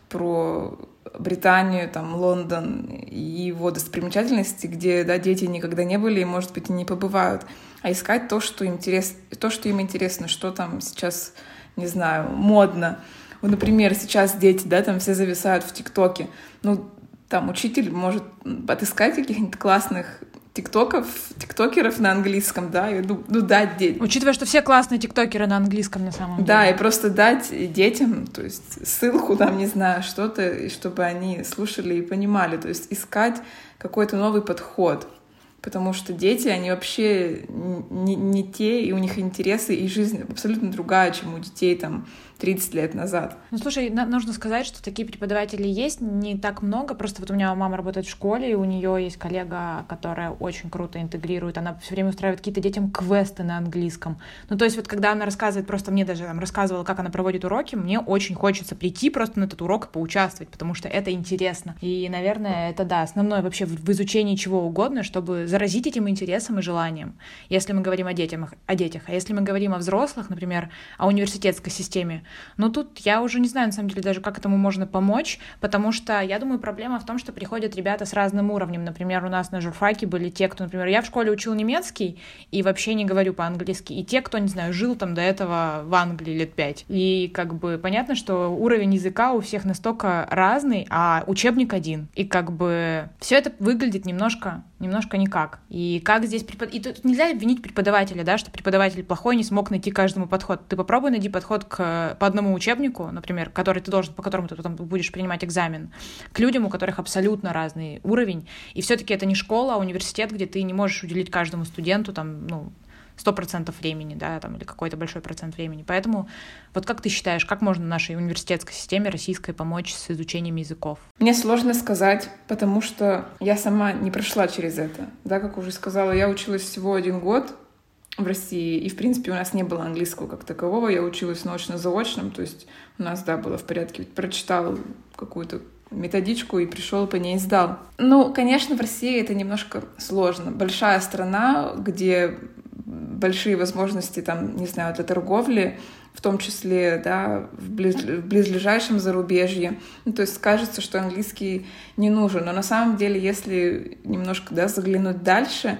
Speaker 2: про Британию, там, Лондон и его достопримечательности, где, да, дети никогда не были и, может быть, и не побывают, а искать то, что, интерес, то, что им интересно, что там сейчас, не знаю, модно. Вот, например, сейчас дети, да, там все зависают в ТикТоке. Ну, там учитель может отыскать каких-нибудь классных тиктоков, тиктокеров на английском, да, и ну, ну, дать детям.
Speaker 1: Учитывая, что все классные тиктокеры на английском на самом деле.
Speaker 2: Да, и просто дать детям, то есть ссылку там, не знаю, что-то, и чтобы они слушали и понимали, то есть искать какой-то новый подход. Потому что дети, они вообще не, не те, и у них интересы, и жизнь абсолютно другая, чем у детей там тридцать лет назад.
Speaker 1: Ну, слушай, на- нужно сказать, что такие преподаватели есть, не так много, просто вот у меня мама работает в школе, и у нее есть коллега, которая очень круто интегрирует, она все время устраивает какие-то детям квесты на английском. Ну, то есть вот когда она рассказывает, просто мне даже там рассказывала, как она проводит уроки, мне очень хочется прийти просто на этот урок и поучаствовать, потому что это интересно. И, наверное, это, да, основное вообще в, в изучении чего угодно, чтобы заразить этим интересом и желанием, если мы говорим о детях, о детях. А если мы говорим о взрослых, например, о университетской системе, но тут я уже не знаю, на самом деле, даже как этому можно помочь, потому что, я думаю, проблема в том, что приходят ребята с разным уровнем. Например, у нас на журфаке были те, кто, например, я в школе учил немецкий и вообще не говорю по-английски, и те, кто, не знаю, жил там до этого в Англии лет пять. И как бы понятно, что уровень языка у всех настолько разный, а учебник один. И как бы все это выглядит немножко, немножко никак. И как здесь препод... И тут нельзя обвинить преподавателя, да, что преподаватель плохой, не смог найти каждому подход. Ты попробуй найди подход к по одному учебнику, например, который ты должен, по которому ты потом будешь принимать экзамен, к людям, у которых абсолютно разный уровень. И все-таки это не школа, а университет, где ты не можешь уделить каждому студенту там, ну, сто процентов времени, да, там, или какой-то большой процент времени. Поэтому вот как ты считаешь, как можно нашей университетской системе российской помочь с изучением языков?
Speaker 2: Мне сложно сказать, потому что я сама не прошла через это. Да, как уже сказала, я училась всего один год в России, и, в принципе, у нас не было английского как такового, я училась на очно-заочном, то есть у нас, да, было в порядке, прочитал какую-то методичку и пришел по ней сдал. Ну, конечно, в России это немножко сложно. Большая страна, где большие возможности, там, не знаю, для торговли, в том числе, да, в, близ, в близлежащем зарубежье. Ну, то есть кажется, что английский не нужен. Но на самом деле, если немножко, да, заглянуть дальше,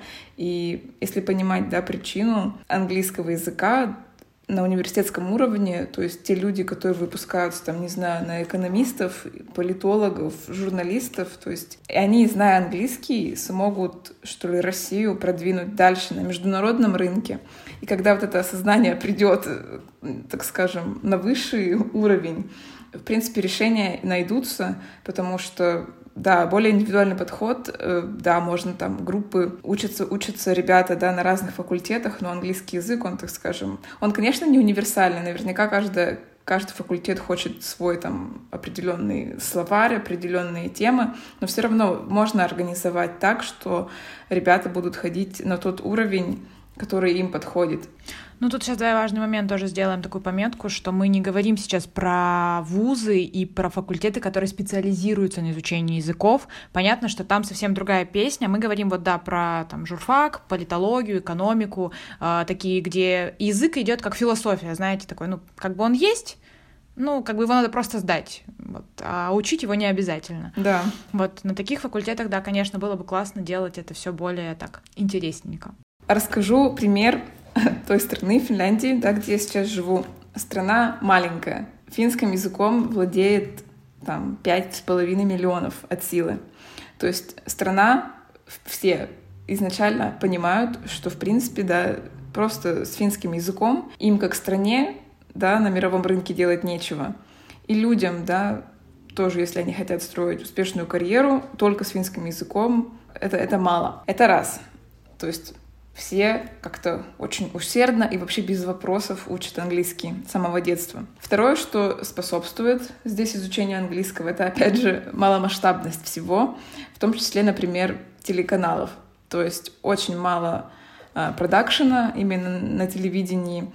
Speaker 2: и если понимать, да, причину английского языка на университетском уровне, то есть те люди, которые выпускаются, там, не знаю, на экономистов, политологов, журналистов, то есть и они, зная английский, смогут, что ли, Россию продвинуть дальше на международном рынке. И когда вот это осознание придет, так скажем, на высший уровень, в принципе, решения найдутся, потому что да, более индивидуальный подход, да, можно там группы, учатся, учатся ребята, да, на разных факультетах, но английский язык, он, так скажем, он, конечно, не универсальный, наверняка каждая, каждый факультет хочет свой там определенный словарь, определенные темы, но все равно можно организовать так, что ребята будут ходить на тот уровень, который им подходит.
Speaker 1: Ну, тут сейчас давай важный момент тоже сделаем такую пометку, что мы не говорим сейчас про вузы и про факультеты, которые специализируются на изучении языков. Понятно, что там совсем другая песня. Мы говорим вот, да, про там журфак, политологию, экономику, э, такие, где язык идет как философия, знаете, такой, ну, как бы он есть, ну, как бы его надо просто сдать, вот, а учить его не обязательно.
Speaker 2: Да.
Speaker 1: Вот на таких факультетах, да, конечно, было бы классно делать это все более так интересненько.
Speaker 2: Расскажу пример той страны, Финляндии, да, где я сейчас живу. Страна маленькая. Финским языком владеет там пять с половиной миллионов от силы. То есть страна, все изначально понимают, что, в принципе, да, просто с финским языком им, как стране, да, на мировом рынке делать нечего. И людям, да, тоже, если они хотят строить успешную карьеру, только с финским языком, это, это мало. Это раз. То есть все как-то очень усердно и вообще без вопросов учат английский с самого детства. Второе, что способствует здесь изучению английского, это, опять же, маломасштабность всего, в том числе, например, телеканалов. То есть очень мало а, продакшена именно на телевидении.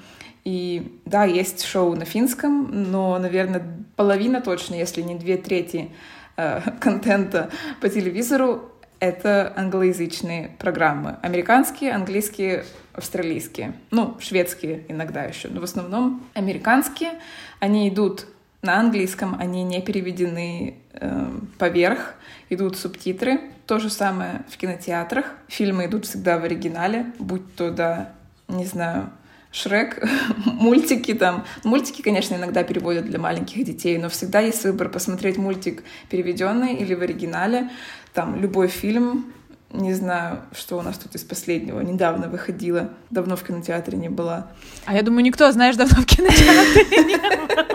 Speaker 2: И да, есть шоу на финском, но, наверное, половина точно, если не две трети а, контента по телевизору, это англоязычные программы. Американские, английские, австралийские. Ну, шведские иногда еще, но в основном американские. Они идут на английском, они не переведены э, поверх, идут субтитры. То же самое в кинотеатрах. Фильмы идут всегда в оригинале, будь то, да, не знаю, Шрек, мультики там. Мультики, конечно, иногда переводят для маленьких детей, но всегда есть выбор посмотреть мультик переведенный или в оригинале. Там любой фильм, не знаю, что у нас тут из последнего, недавно выходило, давно в кинотеатре не была.
Speaker 1: А я думаю, никто, знаешь, давно в кинотеатре не был.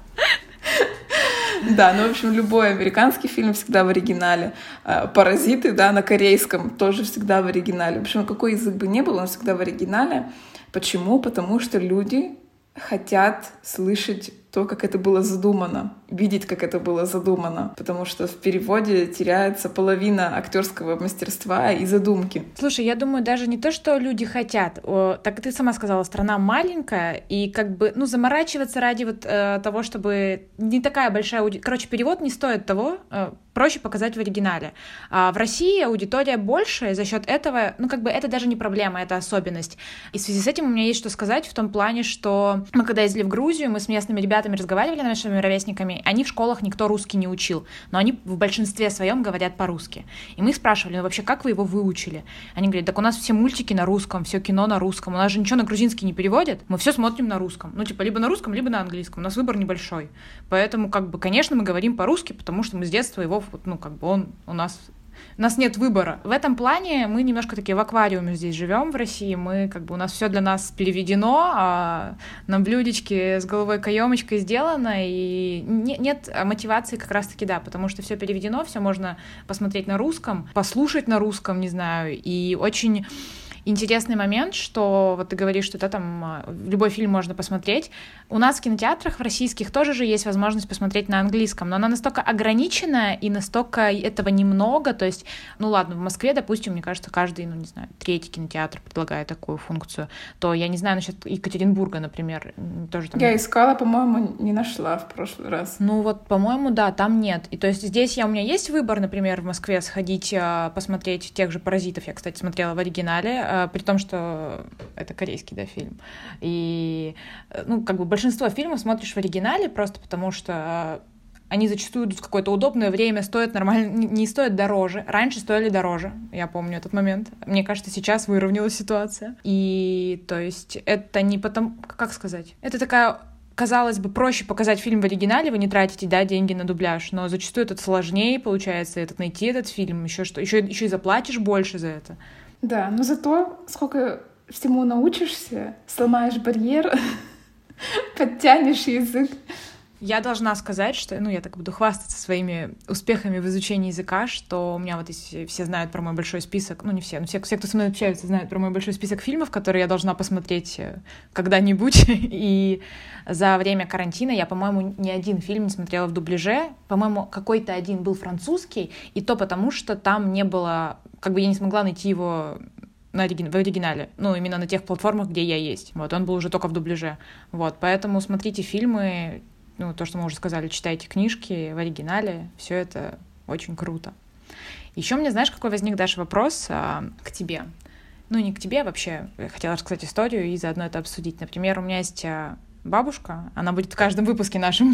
Speaker 2: Да, ну, в общем, любой американский фильм всегда в оригинале. «Паразиты», да, на корейском тоже всегда в оригинале. В общем, какой язык бы ни был, он всегда в оригинале. Почему? Потому что люди хотят слышать то, как это было задумано, видеть, как это было задумано, потому что в переводе теряется половина актерского мастерства и задумки.
Speaker 1: Слушай, я думаю, даже не то, что люди хотят, о, так ты сама сказала, страна маленькая, и как бы, ну, заморачиваться ради вот э, того, чтобы не такая большая аудитория, короче, перевод не стоит того, э, проще показать в оригинале. А в России аудитория больше, и за счет этого, ну, как бы это даже не проблема, это особенность. И в связи с этим у меня есть что сказать в том плане, что мы когда ездили в Грузию, мы с местными ребятами разговаривали, нашими ровесниками, они в школах никто русский не учил, но они в большинстве своем говорят по-русски. И мы их спрашивали, ну вообще, как вы его выучили? Они говорят, так у нас все мультики на русском, все кино на русском, у нас же ничего на грузинский не переводят, мы все смотрим на русском. Ну, типа, либо на русском, либо на английском. У нас выбор небольшой. Поэтому, как бы, конечно, мы говорим по-русски, потому что мы с детства его, ну, как бы, он у нас... У нас нет выбора. В этом плане мы немножко такие в аквариуме здесь живем в России. Мы как бы у нас все для нас переведено, а на блюдечке с головой каемочкой сделано, и не, нет мотивации как раз-таки, да, потому что все переведено, все можно посмотреть на русском, послушать на русском, не знаю, и очень интересный момент, что вот ты говоришь, что да, там любой фильм можно посмотреть. У нас в кинотеатрах, в российских, тоже же есть возможность посмотреть на английском, но она настолько ограничена и настолько этого немного, то есть, ну ладно, в Москве, допустим, мне кажется, каждый, ну не знаю, третий кинотеатр предлагает такую функцию, то я не знаю насчет Екатеринбурга, например, тоже там...
Speaker 2: Я искала, по-моему, не нашла в прошлый раз.
Speaker 1: Ну вот, по-моему, да, там нет. И то есть здесь я, у меня есть выбор, например, в Москве сходить посмотреть тех же «Паразитов», я, кстати, смотрела в оригинале, при том, что это корейский, да, фильм. И, ну, как бы большинство фильмов смотришь в оригинале просто потому, что они зачастую идут в какое-то удобное время, стоят нормально, не стоят дороже. Раньше стоили дороже, я помню этот момент. Мне кажется, сейчас выровнялась ситуация. И, то есть, это не потому... Как сказать? Это такая... Казалось бы, проще показать фильм в оригинале, вы не тратите, да, деньги на дубляж, но зачастую это сложнее получается, этот, найти этот фильм, еще что, еще, еще и заплатишь больше за это.
Speaker 2: Да, но зато сколько всему научишься, сломаешь барьер, подтянешь язык.
Speaker 1: Я должна сказать, что, ну, я так буду хвастаться своими успехами в изучении языка, что у меня вот если все знают про мой большой список, ну, не все, но все, все, кто со мной общается, знают про мой большой список фильмов, которые я должна посмотреть когда-нибудь, и за время карантина я, по-моему, ни один фильм не смотрела в дубляже, по-моему, какой-то один был французский, и то потому, что там не было, как бы я не смогла найти его на оригин... в оригинале, ну, именно на тех платформах, где я есть, вот, он был уже только в дубляже, вот, поэтому смотрите фильмы, ну, то, что мы уже сказали, читайте книжки в оригинале, все это очень круто. Еще мне, знаешь, какой возник, Даша, вопрос а, к тебе? Ну, не к тебе, вообще, я хотела рассказать историю и заодно это обсудить. Например, у меня есть бабушка, она будет в каждом выпуске нашем,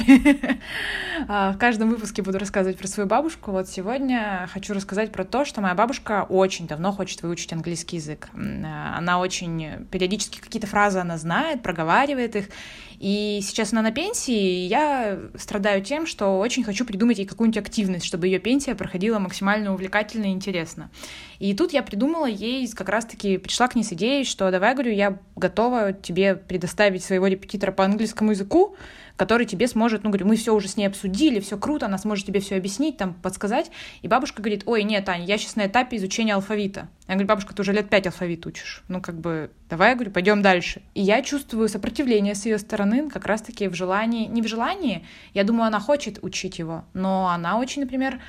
Speaker 1: в каждом выпуске буду рассказывать про свою бабушку. Вот сегодня хочу рассказать про то, что моя бабушка очень давно хочет выучить английский язык. Она очень периодически какие-то фразы она знает, проговаривает их, и сейчас она на пенсии, и я страдаю тем, что очень хочу придумать ей какую-нибудь активность, чтобы ее пенсия проходила максимально увлекательно и интересно. И тут я придумала ей, как раз-таки пришла к ней с идеей, что давай, говорю, я готова тебе предоставить своего репетитора по английскому языку, который тебе сможет, ну, говорю, мы все уже с ней обсудили, все круто, она сможет тебе все объяснить, там, подсказать. И бабушка говорит, ой, нет, Аня, я сейчас на этапе изучения алфавита. Я говорю, бабушка, ты уже лет пять алфавит учишь. Ну, как бы, давай, я говорю, пойдем дальше. И я чувствую сопротивление с ее стороны, как раз-таки в желании, не в желании, я думаю, она хочет учить его, но она очень, например,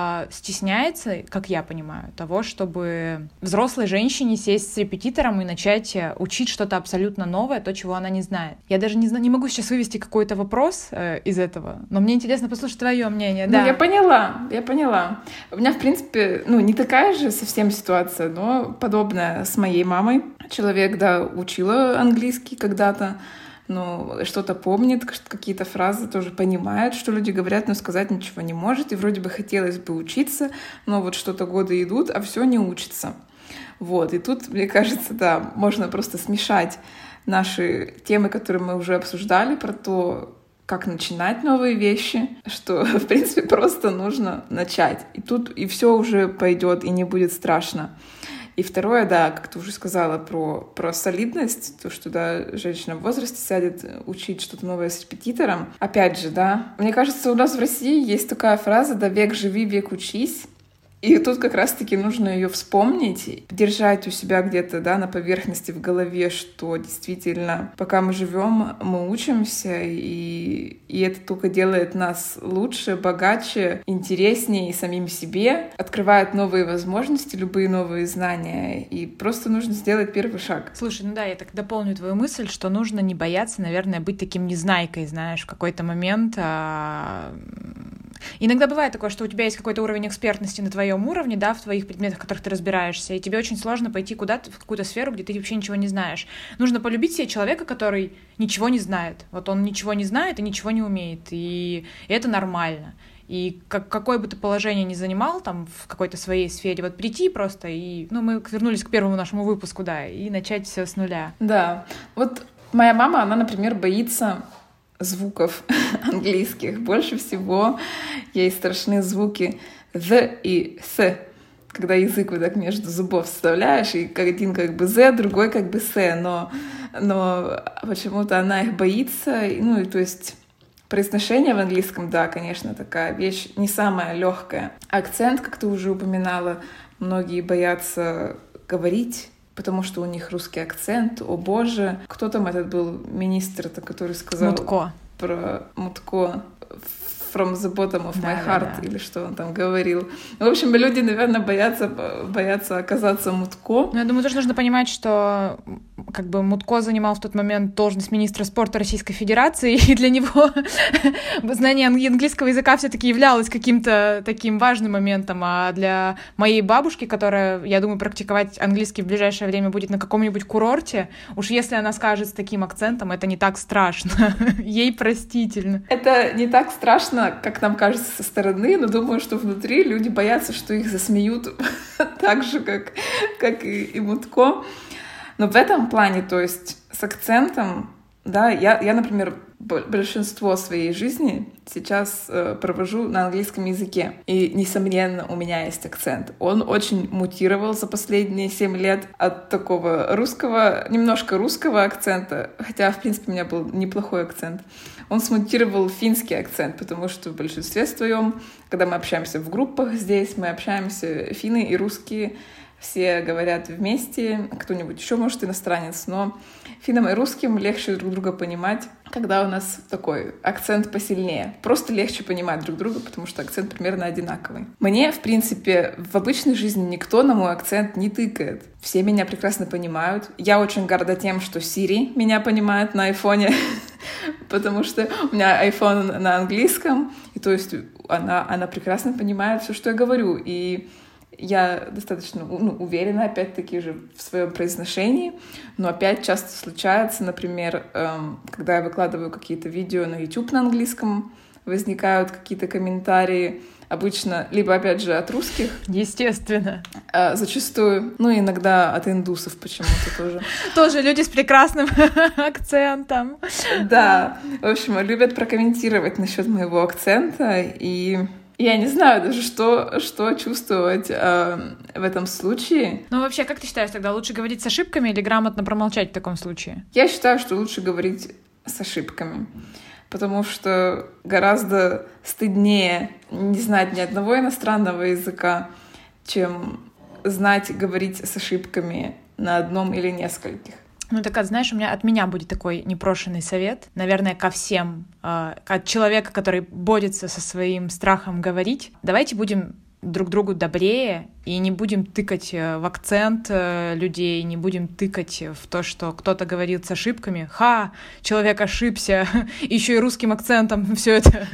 Speaker 1: стесняется, как я понимаю, того, чтобы взрослой женщине сесть с репетитором и начать учить что-то абсолютно новое, то, чего она не знает. Я даже не, знаю, не могу сейчас вывести какой-то вопрос э, из этого, но мне интересно послушать твое мнение.
Speaker 2: Ну,
Speaker 1: да.
Speaker 2: я поняла, я поняла. У меня, в принципе, ну, не такая же совсем ситуация, но подобная с моей мамой. Человек, да, учила английский когда-то, но что-то помнит, какие-то фразы тоже понимает, что люди говорят, но сказать ничего не может, и вроде бы хотелось бы учиться, но вот что-то годы идут, а все не учится. Вот, и тут, мне кажется, да, можно просто смешать наши темы, которые мы уже обсуждали, про то, как начинать новые вещи, что, в принципе, просто нужно начать. И тут и все уже пойдет, и не будет страшно. И второе, да, как ты уже сказала, про, про солидность, то, что, да, женщина в возрасте сядет учить что-то новое с репетитором. Опять же, да, мне кажется, у нас в России есть такая фраза, да, век живи, век учись. И тут как раз-таки нужно ее вспомнить, держать у себя где-то, да, на поверхности в голове, что действительно, пока мы живем, мы учимся, и, и это только делает нас лучше, богаче, интереснее самим себе, открывает новые возможности, любые новые знания, и просто нужно сделать первый шаг.
Speaker 1: Слушай, ну да, я так дополню твою мысль, что нужно не бояться, наверное, быть таким незнайкой, знаешь, в какой-то момент... А... Иногда бывает такое, что у тебя есть какой-то уровень экспертности на твоем уровне, да, в твоих предметах, в которых ты разбираешься, и тебе очень сложно пойти куда-то, в какую-то сферу, где ты вообще ничего не знаешь. Нужно полюбить себе человека, который ничего не знает. Вот он ничего не знает и ничего не умеет, и это нормально. И как, какое бы ты положение ни занимал там в какой-то своей сфере, вот прийти просто и... Ну, мы вернулись к первому нашему выпуску, да, и начать все с нуля.
Speaker 2: Да. Вот моя мама, она, например, боится... звуков английских. Больше всего ей страшны звуки «the» и «с», когда язык вот так между зубов вставляешь, и один как бы «з», другой как бы «с», но, но почему-то она их боится. Ну, и то есть произношение в английском, да, конечно, такая вещь не самая легкая. Акцент, как ты уже упоминала, многие боятся говорить, потому что у них русский акцент, о боже. Кто там этот был министр, который сказал...
Speaker 1: Мутко.
Speaker 2: Про Мутко. From the bottom of my
Speaker 1: да,
Speaker 2: heart,
Speaker 1: да, да.
Speaker 2: Или что он там говорил. В общем, люди, наверное, боятся, боятся оказаться Мутко.
Speaker 1: Ну, я думаю, тоже нужно понимать, что как бы Мутко занимал в тот момент должность министра спорта Российской Федерации, и для него знание английского языка все-таки являлось каким-то таким важным моментом, а для моей бабушки, которая, я думаю, практиковать английский в ближайшее время будет на каком-нибудь курорте, уж если она скажет с таким акцентом, это не так страшно, ей простительно.
Speaker 2: Это не так страшно, как нам кажется со стороны, но думаю, что внутри люди боятся, что их засмеют так же, как, как и, и Мутко. Но в этом плане, то есть с акцентом, да, я, я например, большинство своей жизни сейчас э, провожу на английском языке. И, несомненно, у меня есть акцент. Он очень мутировал за последние семь лет от такого русского, немножко русского акцента, хотя, в принципе, у меня был неплохой акцент. Он смутировал финский акцент, потому что в большинстве своем, когда мы общаемся в группах здесь, мы общаемся финны и русские, все говорят вместе, кто-нибудь еще, может, иностранец, но финнам и русским легче друг друга понимать, когда у нас такой акцент посильнее. Просто легче понимать друг друга, потому что акцент примерно одинаковый. Мне, в принципе, в обычной жизни никто на мой акцент не тыкает. Все меня прекрасно понимают. Я очень горда тем, что Siri меня понимает на айфоне, потому что у меня iPhone на английском, и то есть она, она прекрасно понимает все, что я говорю, и я достаточно ну, уверена, опять-таки же, в своем произношении, но опять часто случается, например, эм, когда я выкладываю какие-то видео на YouTube на английском, возникают какие-то комментарии, обычно либо, опять же, от русских.
Speaker 1: Естественно.
Speaker 2: Э, зачастую, ну, иногда от индусов почему-то тоже.
Speaker 1: Тоже люди с прекрасным акцентом.
Speaker 2: Да, в общем, любят прокомментировать насчет моего акцента, и... Я не знаю даже, что, что чувствовать э, в этом случае.
Speaker 1: Ну, вообще, как ты считаешь, тогда лучше говорить с ошибками или грамотно промолчать в таком случае?
Speaker 2: Я считаю, что лучше говорить с ошибками, потому что гораздо стыднее не знать ни одного иностранного языка, чем знать говорить с ошибками на одном или нескольких.
Speaker 1: Ну, так, знаешь, у меня от меня будет такой непрошенный совет, наверное, ко всем, э, от человека, который борется со своим страхом говорить. Давайте будем друг другу добрее и не будем тыкать в акцент людей, не будем тыкать в то, что кто-то говорит с ошибками. Ха, человек ошибся, еще и русским акцентом все это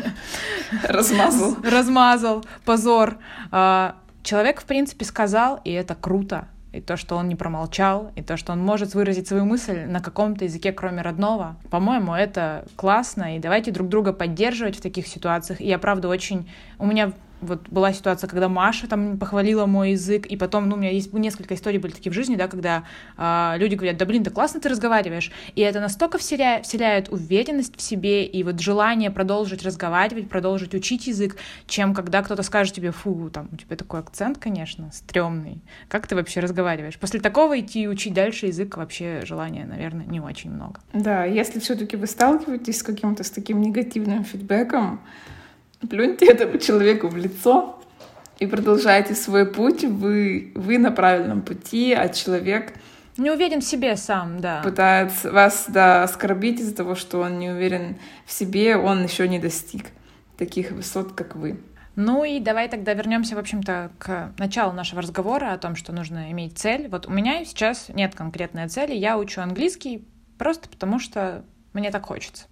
Speaker 2: размазал.
Speaker 1: Размазал, позор. Человек, в принципе, сказал, и это круто. И то, что он не промолчал, и то, что он может выразить свою мысль на каком-то языке, кроме родного. По-моему, это классно, и давайте друг друга поддерживать в таких ситуациях. И я, правда, очень... У меня вот была ситуация, когда Маша там похвалила мой язык, и потом, ну, у меня есть несколько историй были такие в жизни, да, когда э, люди говорят: да блин, да классно ты разговариваешь, и это настолько вселяет, вселяет уверенность в себе и вот желание продолжить разговаривать, продолжить учить язык, чем когда кто-то скажет тебе: фу, там, у тебя такой акцент, конечно, стрёмный, как ты вообще разговариваешь? После такого идти и учить дальше язык вообще желания, наверное, не очень много.
Speaker 2: Да, если все-таки вы сталкиваетесь с каким-то с таким негативным фидбэком, плюньте этому человеку в лицо и продолжайте свой путь. Вы, вы на правильном пути, а человек...
Speaker 1: Не уверен в себе сам, да.
Speaker 2: Пытается вас, да, оскорбить из-за того, что он не уверен в себе, он еще не достиг таких высот, как вы.
Speaker 1: Ну и давай тогда вернемся, в общем-то, к началу нашего разговора о том, что нужно иметь цель. Вот у меня сейчас нет конкретной цели, я учу английский просто потому, что мне так хочется.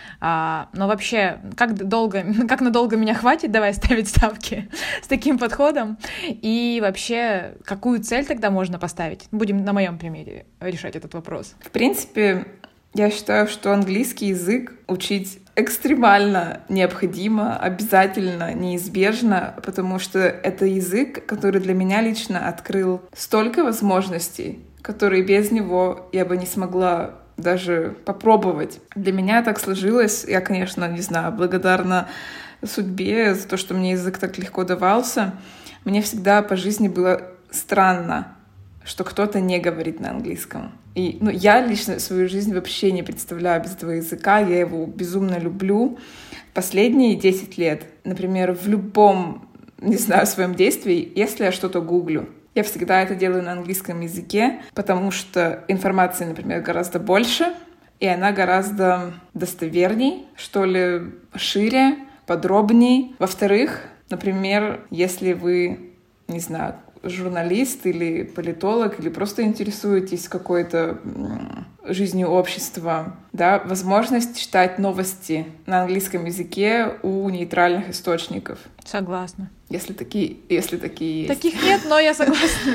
Speaker 1: А, но вообще, как долго, как надолго меня хватит, давай ставить ставки с таким подходом. И вообще, какую цель тогда можно поставить? Будем на моем примере решать этот вопрос.
Speaker 2: В принципе, я считаю, что английский язык учить экстремально необходимо, обязательно, неизбежно, потому что это язык, который для меня лично открыл столько возможностей, которые без него я бы не смогла даже попробовать. Для меня так сложилось. Я, конечно, не знаю, благодарна судьбе за то, что мне язык так легко давался. Мне всегда по жизни было странно, что кто-то не говорит на английском. И ну, я лично свою жизнь вообще не представляю без этого языка. Я его безумно люблю. Последние десять лет, например, в любом, не знаю, своем действии, если я что-то гуглю, я всегда это делаю на английском языке, потому что информации, например, гораздо больше, и она гораздо достоверней, что ли, шире, подробней. Во-вторых, например, если вы, не знаю, журналист или политолог, или просто интересуетесь какой-то жизнью общества, да, возможность читать новости на английском языке у нейтральных источников.
Speaker 1: Согласна.
Speaker 2: Если такие, если такие есть.
Speaker 1: Таких нет, но я согласна,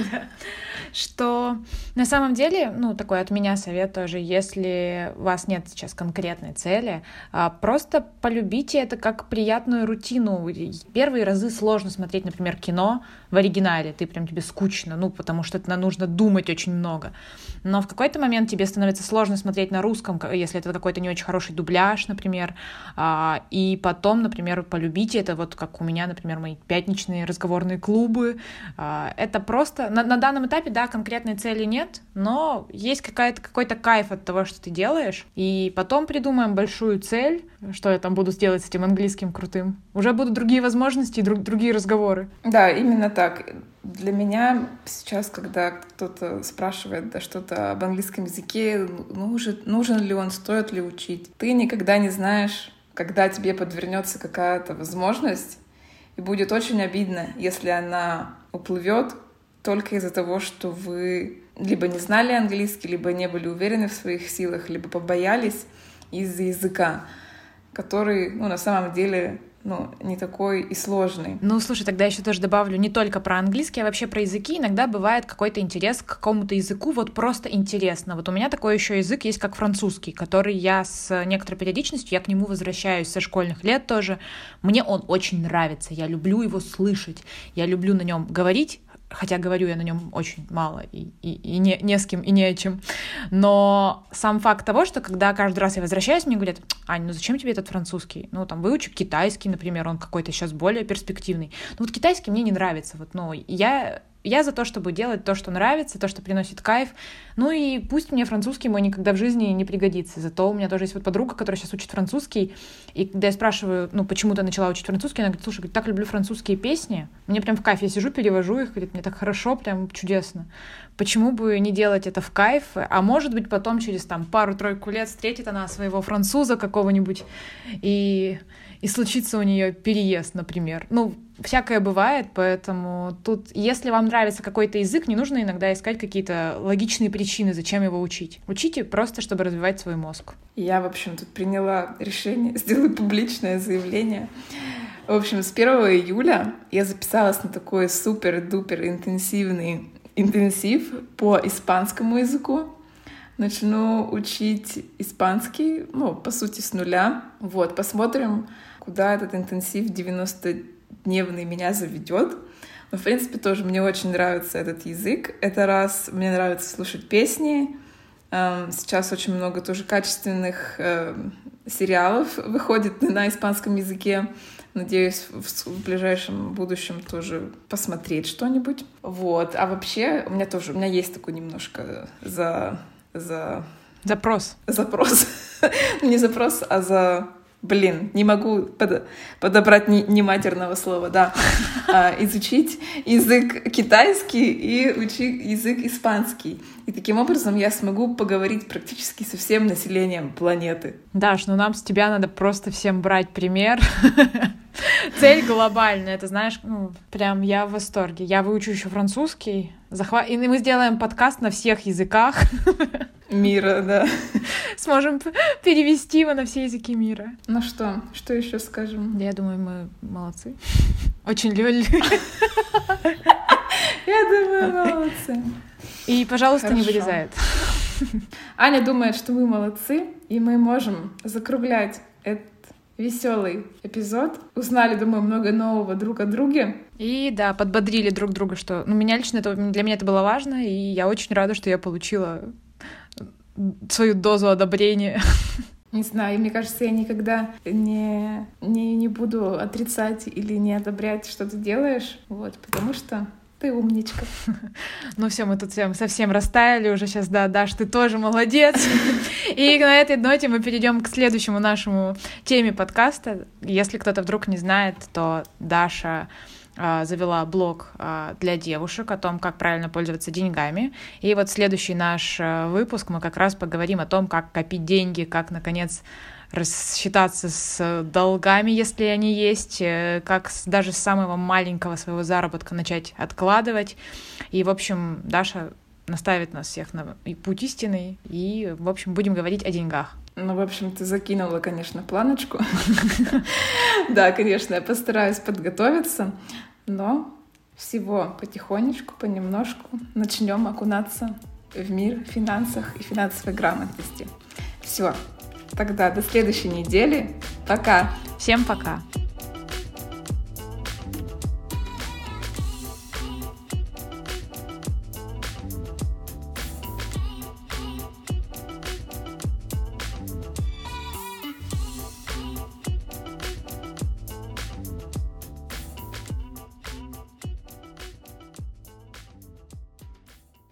Speaker 1: что на самом деле, ну, такой от меня совет тоже, если у вас нет сейчас конкретной цели, просто полюбите это как приятную рутину. Первые разы сложно смотреть, например, кино в оригинале, ты прям тебе скучно, ну, потому что это нужно думать очень много. Но в какой-то момент тебе становится сложно смотреть на русском, если это какой-то не очень хороший дубляж, например, и потом, например, полюбите это, вот как у меня, например, мои пятничные разговорные клубы. Это просто... На, на данном этапе, да, конкретной цели нет, но есть какая-то, какой-то кайф от того, что ты делаешь, и потом придумаем большую цель, что я там буду делать с этим английским крутым. Уже будут другие возможности и друг, другие разговоры.
Speaker 2: Да, именно так. Для меня сейчас, когда кто-то спрашивает да, что-то об английском языке, нужен, нужен ли он, стоит ли учить, ты никогда не знаешь, когда тебе подвернется какая-то возможность, и будет очень обидно, если она уплывет только из-за того, что вы либо не знали английский, либо не были уверены в своих силах, либо побоялись из-за языка, который, ну, на самом деле, ну, не такой и сложный.
Speaker 1: Ну, слушай, тогда еще тоже добавлю не только про английский, а вообще про языки. Иногда бывает какой-то интерес к какому-то языку, вот просто интересно. Вот у меня такой еще язык есть, как французский, который я с некоторой периодичностью, я к нему возвращаюсь со школьных лет тоже. Мне он очень нравится, я люблю его слышать, я люблю на нем говорить, хотя говорю я на нем очень мало и, и, и не, не с кем, и не о чем. Но сам факт того, что когда каждый раз я возвращаюсь, мне говорят: Ань, ну зачем тебе этот французский? Ну там выучи китайский, например, он какой-то сейчас более перспективный. Ну вот китайский мне не нравится. Вот, ну, я я за то, чтобы делать то, что нравится, то, что приносит кайф. Ну и пусть мне французский мой никогда в жизни не пригодится. Зато у меня тоже есть вот подруга, которая сейчас учит французский. И когда я спрашиваю, ну, почему ты начала учить французский, она говорит, слушай, говорит, так люблю французские песни. Мне прям в кайф. Я сижу, перевожу их, говорит, мне так хорошо, прям чудесно. Почему бы не делать это в кайф? А может быть, потом через там пару-тройку лет встретит она своего француза какого-нибудь, и, и случится у нее переезд, например. Ну, всякое бывает, поэтому тут, если вам нравится какой-то язык, не нужно иногда искать какие-то логичные причины, зачем его учить. Учите просто, чтобы развивать свой мозг.
Speaker 2: Я, в общем, тут приняла решение, сделаю публичное заявление. В общем, с первого июля я записалась на такой супер-дупер интенсивный интенсив по испанскому языку. Начну учить испанский, ну, по сути, с нуля. Вот, посмотрим, куда этот интенсив девяностодневный меня заведет. Но, в принципе, тоже мне очень нравится этот язык. Это раз мне нравится слушать песни. Сейчас очень много тоже качественных сериалов выходит на испанском языке. Надеюсь, в ближайшем будущем тоже посмотреть что-нибудь. Вот. А вообще, у меня тоже, у меня есть такой немножко за... за...
Speaker 1: Запрос.
Speaker 2: Запрос. Не запрос, а за... Блин, не могу под... подобрать ни, ни матерного слова, да. А, изучить язык китайский и учить язык испанский. И таким образом я смогу поговорить практически со всем населением планеты.
Speaker 1: Даш, ну нам с тебя надо просто всем брать пример. Цель глобальная, это знаешь, ну, прям я в восторге. Я выучу еще французский, захват... и мы сделаем подкаст на всех языках
Speaker 2: мира, да.
Speaker 1: Сможем перевести его на все языки мира.
Speaker 2: Ну что, что еще скажем?
Speaker 1: Я думаю, мы молодцы. Очень люблю.
Speaker 2: Я думаю, молодцы.
Speaker 1: И, пожалуйста,
Speaker 2: Хорошо.
Speaker 1: Не вырезает.
Speaker 2: Аня думает, что мы молодцы, и мы можем закруглять этот веселый эпизод. Узнали, думаю, много нового друг о друге.
Speaker 1: И да, подбодрили друг друга, что ну, меня лично это, для меня это было важно, и я очень рада, что я получила свою дозу одобрения.
Speaker 2: Не знаю, и мне кажется, я никогда не, не, не буду отрицать или не одобрять, что ты делаешь, вот, потому что ты умничка.
Speaker 1: Ну все, мы тут всем совсем растаяли уже сейчас, да, Даш, ты тоже молодец. И на этой ноте мы перейдем к следующему нашему теме подкаста. Если кто-то вдруг не знает, то Даша э, завела блог э, для девушек о том, как правильно пользоваться деньгами. И вот следующий наш э, выпуск мы как раз поговорим о том, как копить деньги, как, наконец, рассчитаться с долгами, если они есть, как даже с самого маленького своего заработка начать откладывать. И, в общем, Даша наставит нас всех на путь истинный, и, в общем, будем говорить о деньгах.
Speaker 2: Ну, в общем, ты закинула, конечно, планочку. Да, конечно, я постараюсь подготовиться, но всего потихонечку, понемножку начнем окунаться в мир финансов и финансовой грамотности. Все. Тогда до следующей недели. Пока.
Speaker 1: Всем пока.